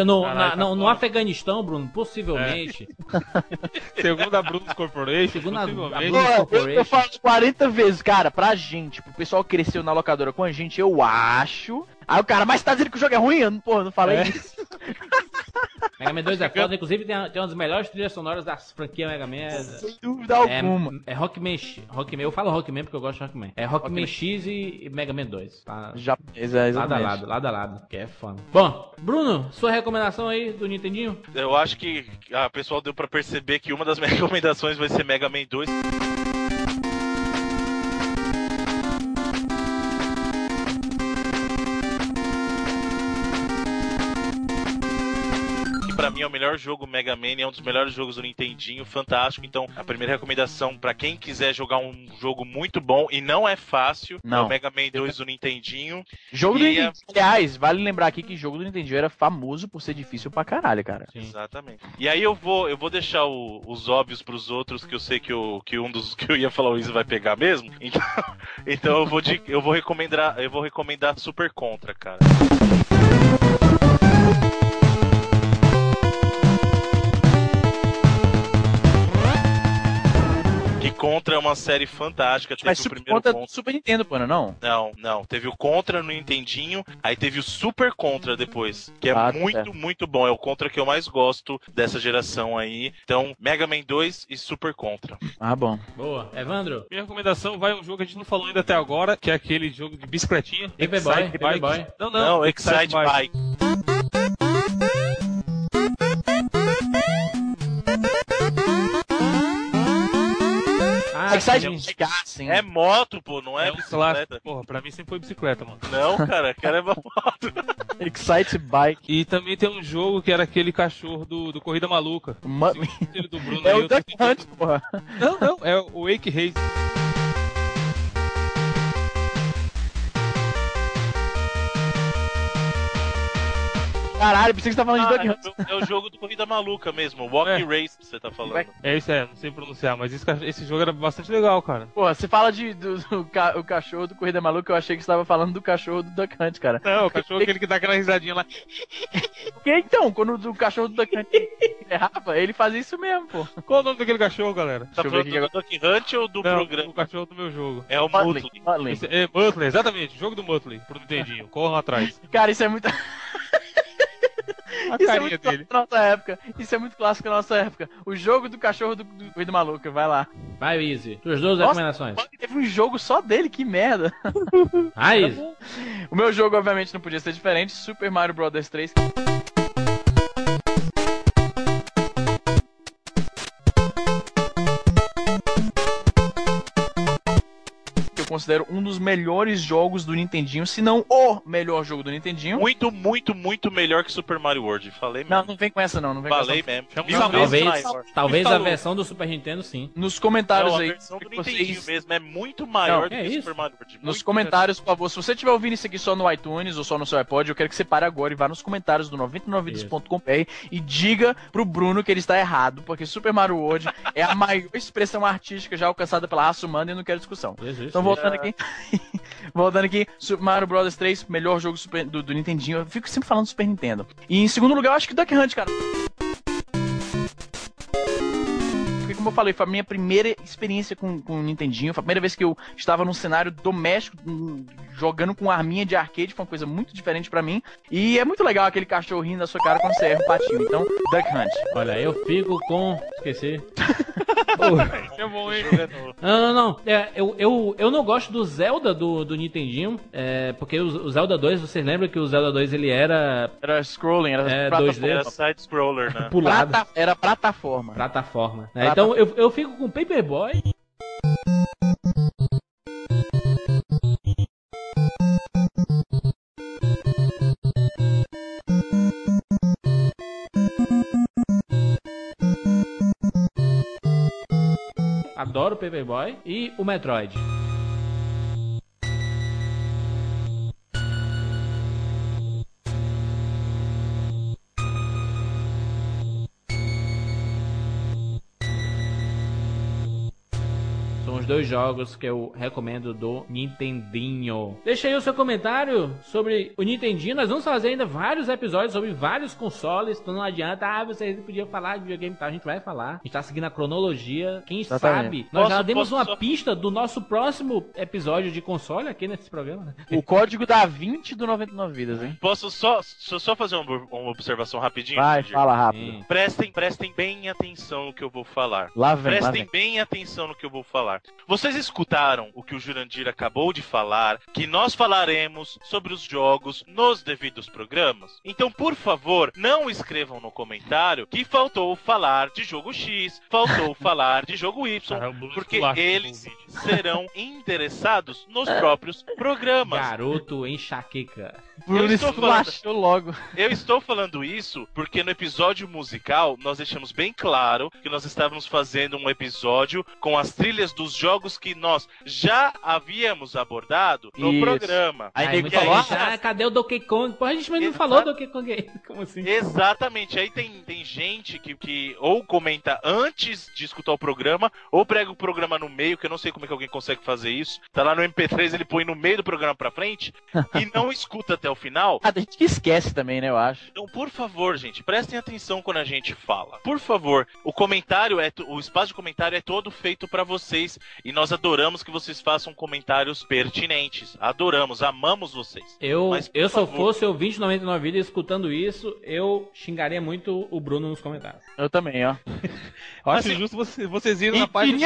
No Afeganistão, Bruno, possivelmente. Segundo a Brunos Corporation, Segundo a possivelmente. Brunos- Pô, eu tô falando 40 vezes, cara, pra gente, pro pessoal que cresceu na locadora com a gente, eu acho. Aí o cara, mas tá dizendo que o jogo é ruim? Eu não falei isso. Mega Man 2 é foda, inclusive tem uma das melhores trilhas sonoras da franquia Mega Man. Sem dúvida alguma. É Rockman. Eu falo Rockman porque eu gosto de Rockman. É Rockman X e Mega Man 2. Tá? Já, exatamente. Lado a lado, que é foda. Bom, Bruno, sua recomendação aí do Nintendinho? Eu acho que a pessoal deu pra perceber que uma das minhas recomendações vai ser Mega Man 2. Pra mim é o melhor jogo Mega Man, é um dos melhores jogos do Nintendinho, fantástico. Então, a primeira recomendação pra quem quiser jogar um jogo muito bom e não é fácil, é o Mega Man 2 do Nintendinho. Jogo do Nintendinho. Aliás, vale lembrar aqui que jogo do Nintendinho era famoso por ser difícil pra caralho, cara. Sim. Exatamente. E aí eu vou deixar os óbvios pros outros, que eu sei que um dos que eu ia falar o Isa vai pegar mesmo. Então eu vou recomendar Super Contra, cara. Contra é uma série fantástica. Teve Mas o Super primeiro Contra Contra. Super Nintendo, pô, não? Não. Teve o Contra no Nintendinho, aí teve o Super Contra depois, que é muito bom. É o Contra que eu mais gosto dessa geração aí. Então, Mega Man 2 e Super Contra. Ah, bom. Boa. Evandro? Minha recomendação vai um jogo que a gente não falou ainda até agora, que é aquele jogo de bicicletinha. Excite Bike. Não, Excite Bike. Excite Bike, sim. É moto, pô, não é um bicicleta. clássico. Porra, pra mim sempre foi bicicleta, mano. Não, cara, quero é moto. Excite Bike. E também tem um jogo que era aquele cachorro do Corrida Maluca. Filho do Bruno É aí, o Duck Hunt, porra. Não, é o Wake Race. Caralho, pensei que você tá falando de Duck Hunt. É o jogo do Corrida Maluca mesmo, o Walk Race que você tá falando. É isso aí, não sei pronunciar, mas esse jogo era bastante legal, cara. Pô, você fala o cachorro do Corrida Maluca, eu achei que você tava falando do cachorro do Duck Hunt, cara. Não, o cachorro aquele que dá aquela risadinha lá. Porque então, quando o cachorro do Duck Hunt errava, ele fazia isso mesmo, pô. Qual o nome daquele cachorro, galera? Tá Deixa eu ver falando aqui do Duck Hunt ou do Não, programa? o cachorro do meu jogo. É o Muttley. Muttley. É Muttley, exatamente, jogo do Muttley, pro Nintendinho. Corram atrás. Cara, isso é muito... A Isso é carinha muito dele. clássico da nossa época. Isso é muito clássico da nossa época. O jogo do cachorro do Corrida Maluca, vai lá. Vai, Easy. Suas duas Nossa, recomendações. Teve um jogo só dele, que merda. Vai, Easy. O meu jogo, obviamente, não podia ser diferente. Super Mario Bros. 3. Que eu considero um dos melhores jogos do Nintendinho, se não o melhor jogo do Nintendinho. Muito, muito, muito melhor que Super Mario World. Falei mesmo. Não vem com essa não vem Falei com essa. mesmo. Chama- Mil Talvez, vezes maior. talvez a Falou. versão do Super Nintendo, sim. Nos comentários Não, a aí, versão do que Nintendinho vocês... mesmo é muito maior Não, do é que isso. Super Mario World. Nos Muito comentários, por favor, se você estiver ouvindo isso aqui só no iTunes ou só no seu iPod, eu quero que você pare agora e vá nos comentários do 99vidas.com.br e diga pro Bruno que ele está errado, porque Super Mario World é a maior expressão artística já alcançada pela raça humana e eu não quero discussão. Jesus, Então, voltando aqui. Voltando aqui, Super Mario Bros. 3, melhor jogo do Nintendinho. Eu fico sempre falando do Super Nintendo. E em segundo lugar, eu acho que Duck Hunt, cara. Porque, como eu falei, foi a minha primeira experiência com o Nintendinho. Foi a primeira vez que eu estava num cenário doméstico, jogando com arminha de arcade. Foi uma coisa muito diferente pra mim. E é muito legal aquele cachorro rindo da sua cara quando você erra o patinho. Então, Duck Hunt. Olha, eu fico com... Esqueci. Isso é bom, hein? Não. Eu não gosto do Zelda do Nintendinho. Porque o Zelda 2, vocês lembram que o Zelda 2 ele era Era scrolling, era É, plataforma. Era side-scroller, né? pulado. Era plataforma. Plataforma. Né? Então eu fico com Paperboy. Adoro o Paperboy e o Metroid. São os dois jogos que eu recomendo do Nintendinho. Deixa aí o seu comentário sobre o Nintendinho. Nós vamos fazer ainda vários episódios sobre vários consoles. Então não adianta, vocês podiam falar de videogame e tal. A gente vai falar. A gente tá seguindo a cronologia. Quem sabe, nós já demos uma pista do nosso próximo episódio de console aqui nesse programa, né? O código da 20 do 99 Vidas, hein? Posso só fazer uma observação rapidinho? Vai, Jurandir? fala rápido. Sim. Prestem bem atenção no que eu vou falar. Lá vem, lá Prestem vem. bem atenção no que eu vou falar. Vocês escutaram o que o Jurandir acabou de falar, que nós falaremos sobre os jogos nos devidos programas? Então, por favor, não escrevam no comentário que faltou falar de jogo X, faltou falar de jogo Y, Cara, o Bruno porque esculacha eles com o vídeo. serão interessados nos próprios programas. Garoto enxaqueca. Bruno estou falando- esculachou logo. Eu estou falando isso porque no episódio musical nós deixamos bem claro que nós estávamos fazendo um episódio com as trilhas dos jogos que nós já havíamos abordado no Isso. programa. Aí Aí nego muita falou, gente, cadê o Donkey Kong? Pô, a gente não falou Donkey Kong aí. Como assim? Exatamente, aí tem gente que ou comenta antes de escutar o programa, ou prega o programa no meio, que eu não sei como é que alguém consegue fazer isso. Tá lá no MP3, ele põe no meio do programa pra frente e não escuta até o final. Ah, tem gente que esquece também, né, eu acho. Então, por favor, gente, prestem atenção quando a gente fala. Por favor, o espaço de comentário é todo feito pra vocês e nós adoramos que vocês façam comentários pertinentes. Adoramos, amamos vocês. Mas, por Eu se eu favor, fosse ouvinte 99 Vidas escutando isso, eu xingaria muito o Bruno nos comentários. Eu também, ó. Eu acho Assim, justo vocês irem E na página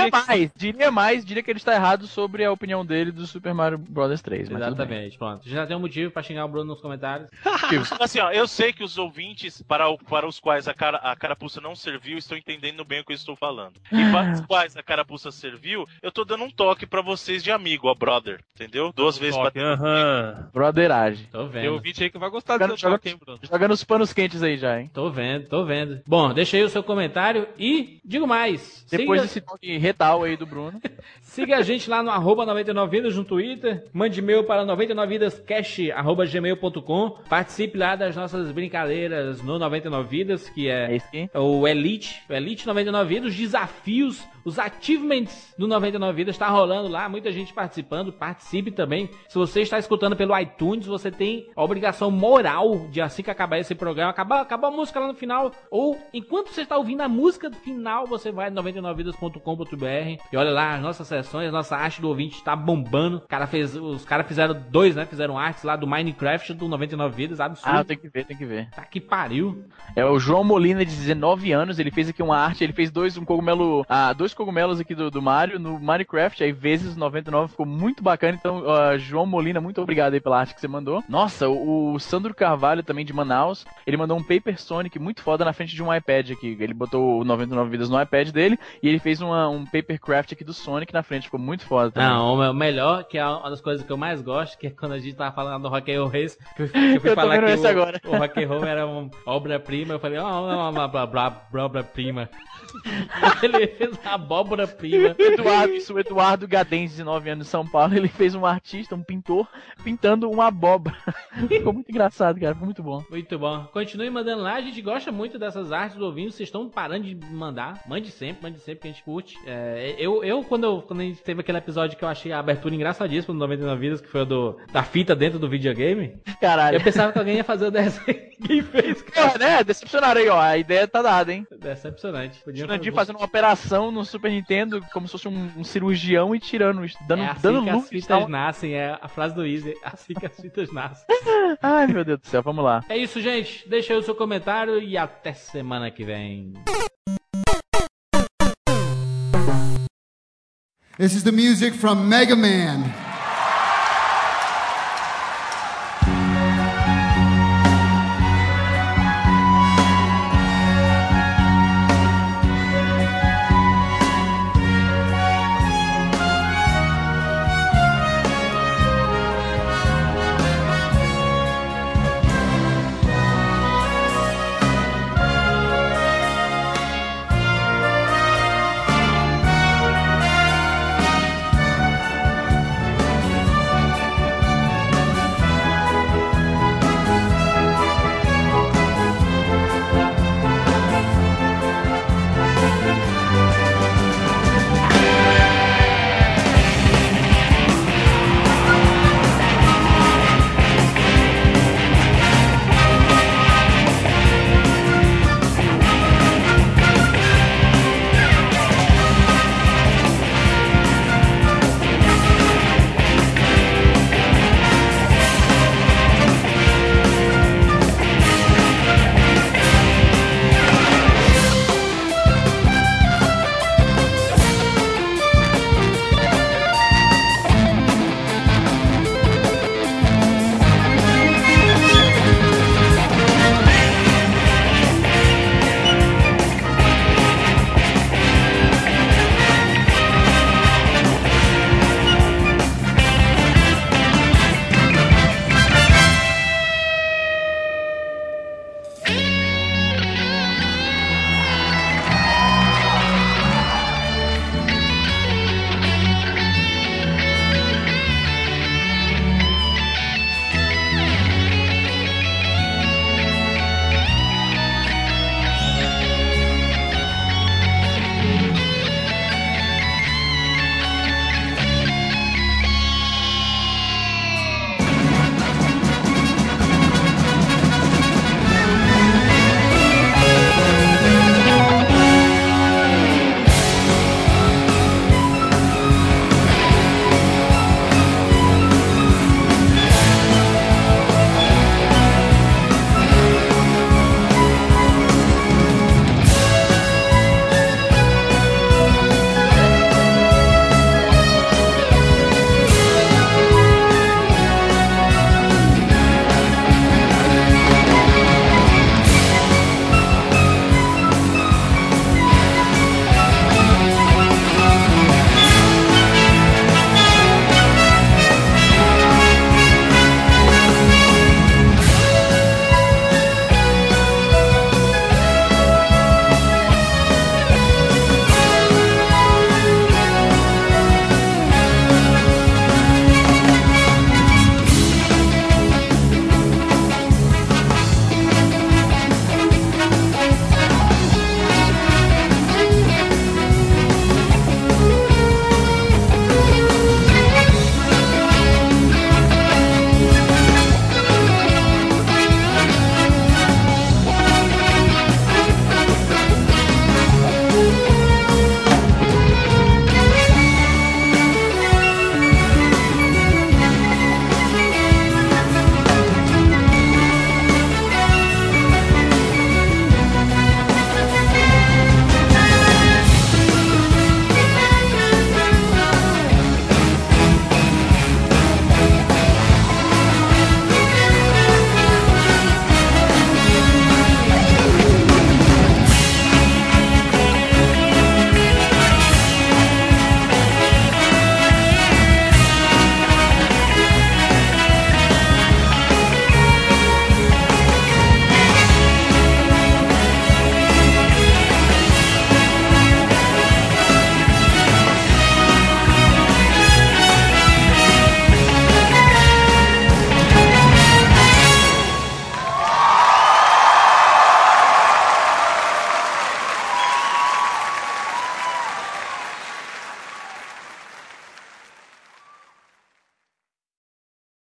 diria que ele está errado sobre a opinião dele do Super Mario Bros 3. Mas tudo bem. Exatamente, pronto. Já tem um motivo pra xingar o Bruno nos comentários. Assim, ó, eu sei que os ouvintes para os quais a carapuça não serviu estão entendendo bem o que eu estou falando. E para os quais a carapuça serviu, eu tô dando um toque pra vocês de amigo, ó, brother. Entendeu? 2 vezes pra... Aham. Broderagem. Tô Tem vendo. ouvinte aí que vai gostar do seu toque, hein, Bruno? Jogando os panos quentes aí já, hein? Tô vendo. Bom, deixa aí o seu comentário e Digo mais. Depois desse toque retal aí do Bruno. Siga a gente lá no @99vidas no Twitter. Mande e-mail para 99vidascast@gmail.com. Participe lá das nossas brincadeiras no 99vidas, que é o Elite 99vidas, os desafios, os achievements do 99vidas. Tá rolando lá, muita gente participando. Participe também. Se você está escutando pelo iTunes, você tem a obrigação moral de, assim que acabar esse programa, acabar a música lá no final, ou enquanto você está ouvindo a música do final, você vai no 99vidas.com.br e olha lá as nossas sessões, nossa arte do ouvinte está bombando. Os caras fizeram dois, né? Fizeram artes lá do Minecraft do 99vidas, absurdo. Ah, tem que ver. Tá que pariu. É o João Molina, de 19 anos, ele fez aqui uma arte, ele fez dois cogumelos aqui do Mario no Minecraft, aí vezes 99, ficou muito bacana. Então, João Molina, muito obrigado aí pela arte que você mandou. Nossa, o Sandro Carvalho, também de Manaus, ele mandou um Paper Sonic muito foda na frente de um iPad aqui. Ele botou o 99 vidas no iPad dele e ele fez um Papercraft aqui do Sonic na frente, ficou muito foda também. Não, o melhor, que é uma das coisas que eu mais gosto, que é quando a gente tava falando do Rock and Roll Race, que eu fui falar que o Rock and Roll era uma obra-prima, eu falei, é uma obra-prima. Ele fez uma abóbora-prima. O Eduardo Gadense, 19 anos, de São Paulo, ele fez um artista, um pintor, pintando uma abóbora. Ficou muito engraçado, cara, ficou muito bom. Muito bom. Continue mandando lá, a gente gosta muito dessas artes do ouvindo, vocês estão parando de mandar. Mande sempre que a gente curte. Quando a gente teve aquele episódio que eu achei a abertura engraçadíssima do 99 Vidas, que foi da fita dentro do videogame. Caralho. Eu pensava que alguém ia fazer o desenho. Quem fez, cara? Né? Decepcionaram aí, ó. A ideia tá dada, hein? Decepcionante. Jurandir fazendo uma operação no Super Nintendo como se fosse um cirurgião e tirando, dando assim que luz. as fitas nascem, é a frase do Easy. Assim que as fitas nascem. Ai, meu Deus do céu, vamos lá. É isso, gente. Deixa aí o seu comentário e até semana que vem. This is the music from Mega Man.